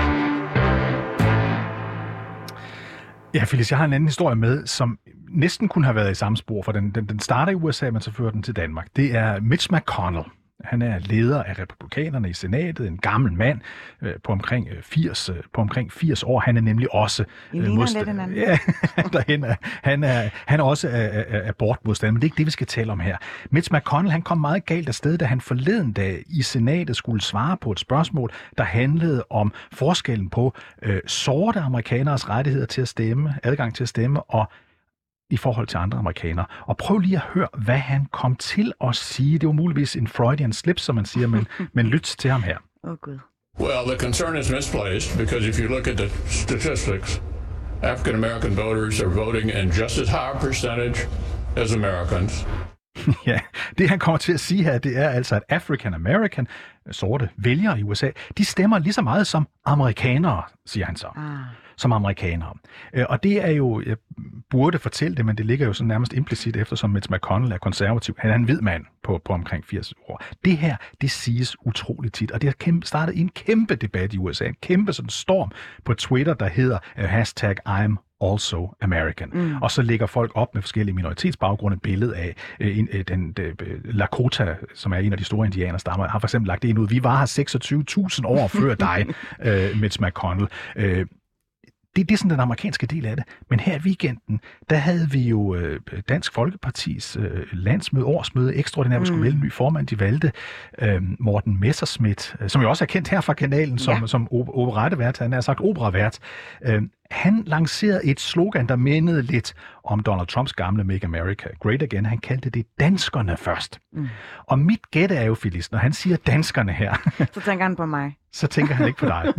Ja, Phyllis, jeg har en anden historie med, som næsten kunne have været i samme spor, for den, den, den starter i U S A, men så fører den til Danmark. Det er Mitch McConnell. Han er leder af republikanerne i senatet, en gammel mand øh, på, omkring, øh, firs, øh, på omkring firs år. Han er nemlig også øh, modstander. Ja, han, er, han, er, han er også øh, abortmodstander, men det er ikke det, vi skal tale om her. Mitch McConnell, han kom meget galt afsted, da han forleden dag i senatet skulle svare på et spørgsmål, der handlede om forskellen på øh, sorte amerikaneres rettigheder til at stemme, adgang til at stemme, og i forhold til andre amerikanere. Og prøv lige at høre, hvad han kom til at sige. Det var muligvis en Freudian slip, som man siger, men, men lyt til ham her. Åh, oh, Gud. Well, the concern is misplaced, because if you look at the statistics, African American voters are voting in just as high a percentage as Americans. Ja, det han kommer til at sige her, det er altså, at African American, sorte vælgere i U S A, de stemmer lige så meget som amerikanere, siger han så. Ah. Som amerikanere. Og det er jo, jeg burde fortælle det, men det ligger jo så nærmest implicit, eftersom Mitch McConnell er konservativ. Han er en hvid mand på, på omkring firs år. Det her, det siges utroligt tit, og det har kæmpe, startet en kæmpe debat i U S A, en kæmpe sådan storm på Twitter, der hedder uh, hashtag I'm also American. Mm. Og så lægger folk op med forskellige minoritetsbaggrunde billede af øh, en, øh, den, øh, Lakota, som er en af de store indianerstammer, har for eksempel lagt det ind ud. Vi var her seksogtyve tusind år før dig, øh, Mitch McConnell. Øh, Det, det er sådan den amerikanske del af det. Men her i weekenden, der havde vi jo øh, Dansk Folkepartis øh, landsmøde, årsmøde, ekstraordinært, mm. skulle vælge en ny formand. De valgte øh, Morten Messerschmidt, øh, som jo også er kendt her fra kanalen, som, ja. som operettevært, han har sagt operavært. Øh, han lancerede et slogan, der mindede lidt om Donald Trumps gamle Make America Great Again. Han kaldte det danskerne først. Mm. Og mit gæt er jo, Phyllis, når han siger danskerne her, så tænker han på mig. Så tænker han ikke på dig.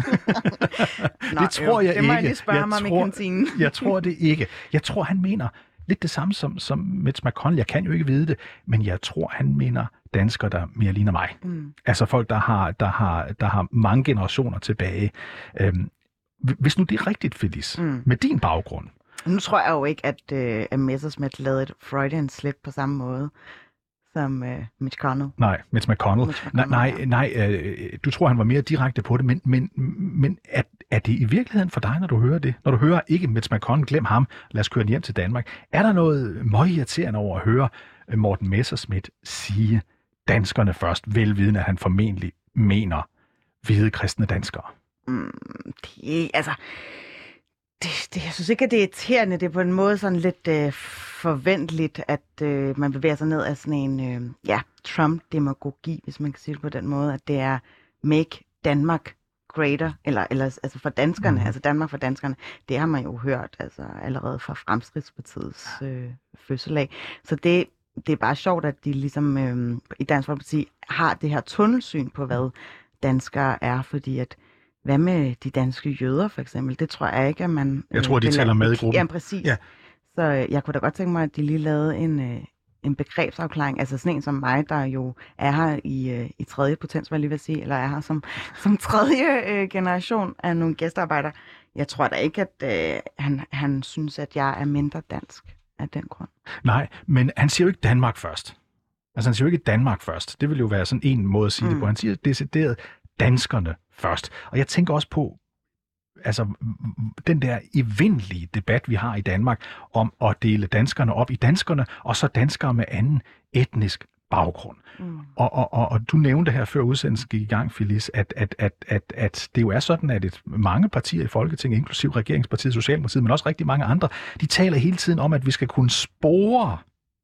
Nå, det tror jo. jeg ikke. Det må jeg lige spørge jeg mig tror, om i kantinen. Jeg tror det ikke. Jeg tror, han mener lidt det samme som, som Mitch McConnell. Jeg kan jo ikke vide det, men jeg tror, han mener danskere, der mere ligner mig. Mm. Altså folk, der har, der, har, der har mange generationer tilbage. Øhm, hvis nu det er rigtigt, Phyllis, mm. med din baggrund. Nu tror jeg jo ikke, at, øh, at Messerschmidt lavede et Freudian slip på samme måde som øh, Mitch McConnell. Nej, Mitch McConnell. Mitch McConnell nej, nej, nej øh, du tror, han var mere direkte på det, men, men, men er, er det i virkeligheden for dig, når du hører det? Når du hører ikke Mitch McConnell, glem ham, lad os køre hjem til Danmark. Er der noget meget irriterende over at høre Morten Messerschmidt sige danskerne først, velvidende, at han formentlig mener hvide kristne danskere? Mm, det, altså, det, det, jeg synes ikke, at det er irriterende. Det er på en måde sådan lidt øh, forventeligt, at øh, man bevæger sig ned af sådan en øh, ja, Trump-demagogi, hvis man kan sige det på den måde, at det er make Danmark greater, eller, eller altså for danskerne, mm. altså Danmark for danskerne. Det har man jo hørt altså allerede fra Fremskridtspartiets øh, fødselag. Så det, det er bare sjovt, at de ligesom øh, i Dansk Folkeparti har det her tunnelsyn på, hvad danskere er, fordi at hvad med de danske jøder, for eksempel? Det tror jeg ikke, at man... Jeg tror, de tæller med i gruppen. Ja, præcis. Ja. Så jeg kunne da godt tænke mig, at de lige lavede en, en begrebsafklaring. Altså sådan en som mig, der jo er her i, i tredje potens, hvad jeg lige vil sige, eller er her som, som tredje øh, generation af nogle gæstearbejdere. Jeg tror da ikke, at øh, han, han synes, at jeg er mindre dansk af den grund. Nej, men han siger jo ikke Danmark først. Altså han siger jo ikke Danmark først. Det vil jo være sådan en måde at sige mm. det på. Han siger decideret danskerne først. Og jeg tænker også på, altså den der evindelige debat, vi har i Danmark, om at dele danskerne op i danskerne, og så danskere med anden etnisk baggrund. Mm. Og, og, og, og du nævnte her før udsendelsen gik i gang, Phyllis, at, at, at, at, at det jo er sådan, at et, mange partier i Folketinget, inklusiv regeringspartiet, Socialdemokratiet, men også rigtig mange andre, de taler hele tiden om, at vi skal kunne spore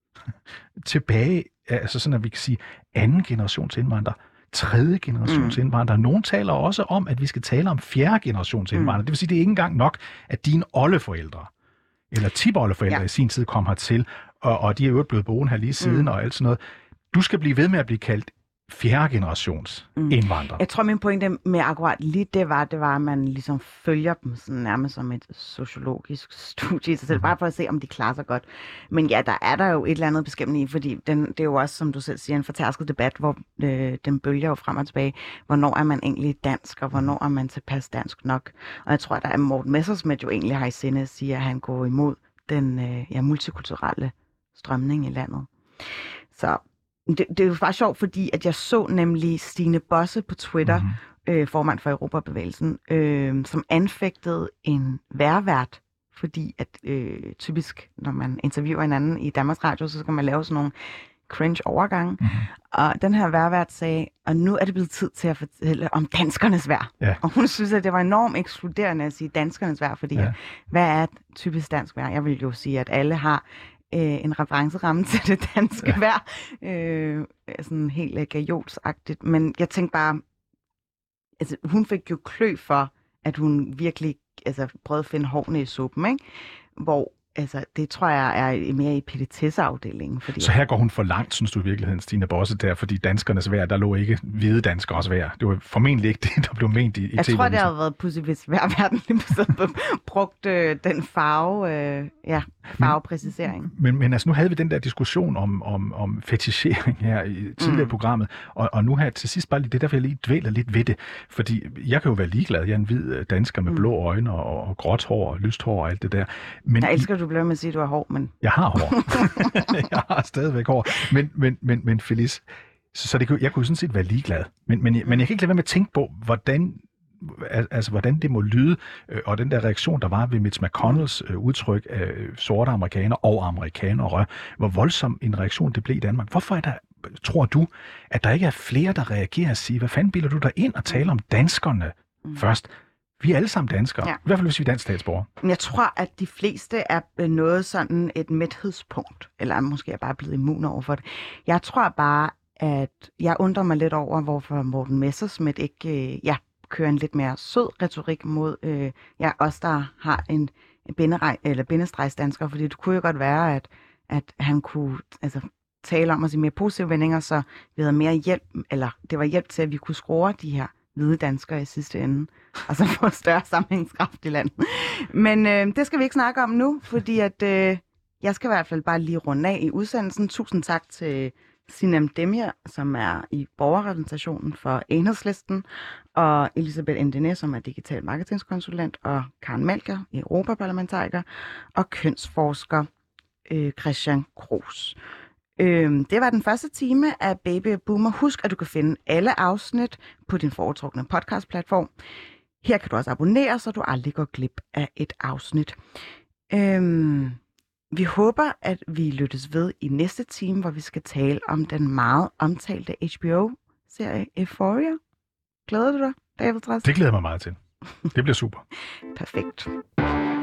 tilbage, altså sådan at vi kan sige anden generations indvandrere, tredje generations mm. indvandrere. Nogle taler også om, at vi skal tale om fjerde generations indvandrere. Mm. Det vil sige, det er ikke engang nok, at dine oldeforældre, eller tipoldeforældre ja. i sin tid kom hertil, og, og de er jo blevet boende her lige siden, mm. og alt sådan noget. Du skal blive ved med at blive kaldt fjerde generations mm. indvandrere. Jeg tror, min pointe med akkurat lige det var, det var, at man ligesom følger dem sådan nærmest som et sociologisk studie, så selv, bare for at se, om de klarer sig godt. Men ja, der er der jo et eller andet beskæmmende i, fordi den, det er jo også, som du selv siger, en fortærsket debat, hvor øh, den bølger jo frem og tilbage. Hvornår er man egentlig dansk, og hvornår er man tilpas dansk nok? Og jeg tror, at der er Morten Messerschmidt jo egentlig har i sinde at sige, at han går imod den øh, ja, multikulturelle strømning i landet. Så Det, det er jo bare sjovt, fordi at jeg så nemlig Stine Bosse på Twitter, mm-hmm. øh, formand for Europabevægelsen, øh, som anfægtede en værvært, fordi at øh, typisk, når man interviewer hinanden i Danmarks Radio, så skal man lave sådan nogle cringe overgange. Mm-hmm. Og den her værvært sagde, og nu er det blevet tid til at fortælle om danskernes vejr. Ja. Og hun synes, at det var enormt ekskluderende at sige danskernes vejr, fordi ja. hvad er et typisk dansk vejr? Jeg vil jo sige, at alle har en referenceramme til det danske ja. vejr. Øh, sådan helt uh, gajolsagtigt. Men jeg tænkte bare, altså hun fik jo klø for, at hun virkelig altså, prøvede at finde hårene i suppen, ikke? Hvor altså, det tror jeg er mere i petitesseafdelingen. Fordi så her går hun for langt, synes du i virkeligheden, Stine Bosse, der, fordi danskernes vejr, der lå ikke hvide danskers vejr. Det var formentlig ikke det, der blev ment i, i Jeg tror, det havde været pudsigt, hvis hver verden brugt øh, den farve, øh, ja, farvepræcisering. Men, men, men altså, nu havde vi den der diskussion om, om, om fetichering her i tidligere mm. programmet, og, og nu her til sidst bare lige, det er derfor, jeg lige dvæler lidt ved det, fordi jeg kan jo være ligeglad. Jeg er en hvid dansker med mm. blå øjne og, og gråt hår og lyst hår og alt det der. Men jeg elsker, du bliver med at sige, at du har hår, men... Jeg har hår. Jeg har stadigvæk hår. Men, men, men, men Phyllis, så, så det, jeg kunne sådan set være ligeglad. Men, men, men jeg kan ikke lade være med at tænke på, hvordan, altså, hvordan det må lyde, og den der reaktion, der var ved Mitch McConnells øh, udtryk af sorte amerikanere og amerikanere, hvor voldsom en reaktion det blev i Danmark. Hvorfor er der, tror du, at der ikke er flere, der reagerer og siger, hvad fanden bilder du dig ind og taler om danskerne mm. først? Vi er alle sammen danskere. Ja. I hvert fald, hvis vi er dansk statsborger. Jeg tror, at de fleste er noget sådan et mæthedspunkt, eller måske er bare blevet immun over for det. Jeg tror bare, at jeg undrer mig lidt over, hvorfor Morten Messerschmidt ikke øh, ja, kører en lidt mere sød retorik mod øh, ja, os, der har en binderej, eller bindestregsdansker, fordi det kunne jo godt være, at, at han kunne altså, tale om os i mere positive vendinger, så vi havde mere hjælp, eller det var hjælp til, at vi kunne score de her hvide danskere i sidste ende, og så få større sammenhængskraft i landet. Men øh, det skal vi ikke snakke om nu, fordi at øh, jeg skal i hvert fald bare lige runde af i udsendelsen. Tusind tak til Sinem Demir, som er i borgerrepræsentationen for Enhedslisten, og Elisabeth Endene, som er digital marketingskonsulent, og Karen Melker, europaparlamentariker, og kønsforsker øh, Christian Kroos. Øhm, det var den første time af Baby Boomer. Husk, at du kan finde alle afsnit på din foretrukne podcastplatform. Her kan du også abonnere, så du aldrig går glip af et afsnit. Øhm, vi håber, at vi lyttes ved i næste time, hvor vi skal tale om den meget omtalte H B O-serie Euphoria. Glæder du dig, David Trads? Det glæder mig meget til. Det bliver super. Perfekt.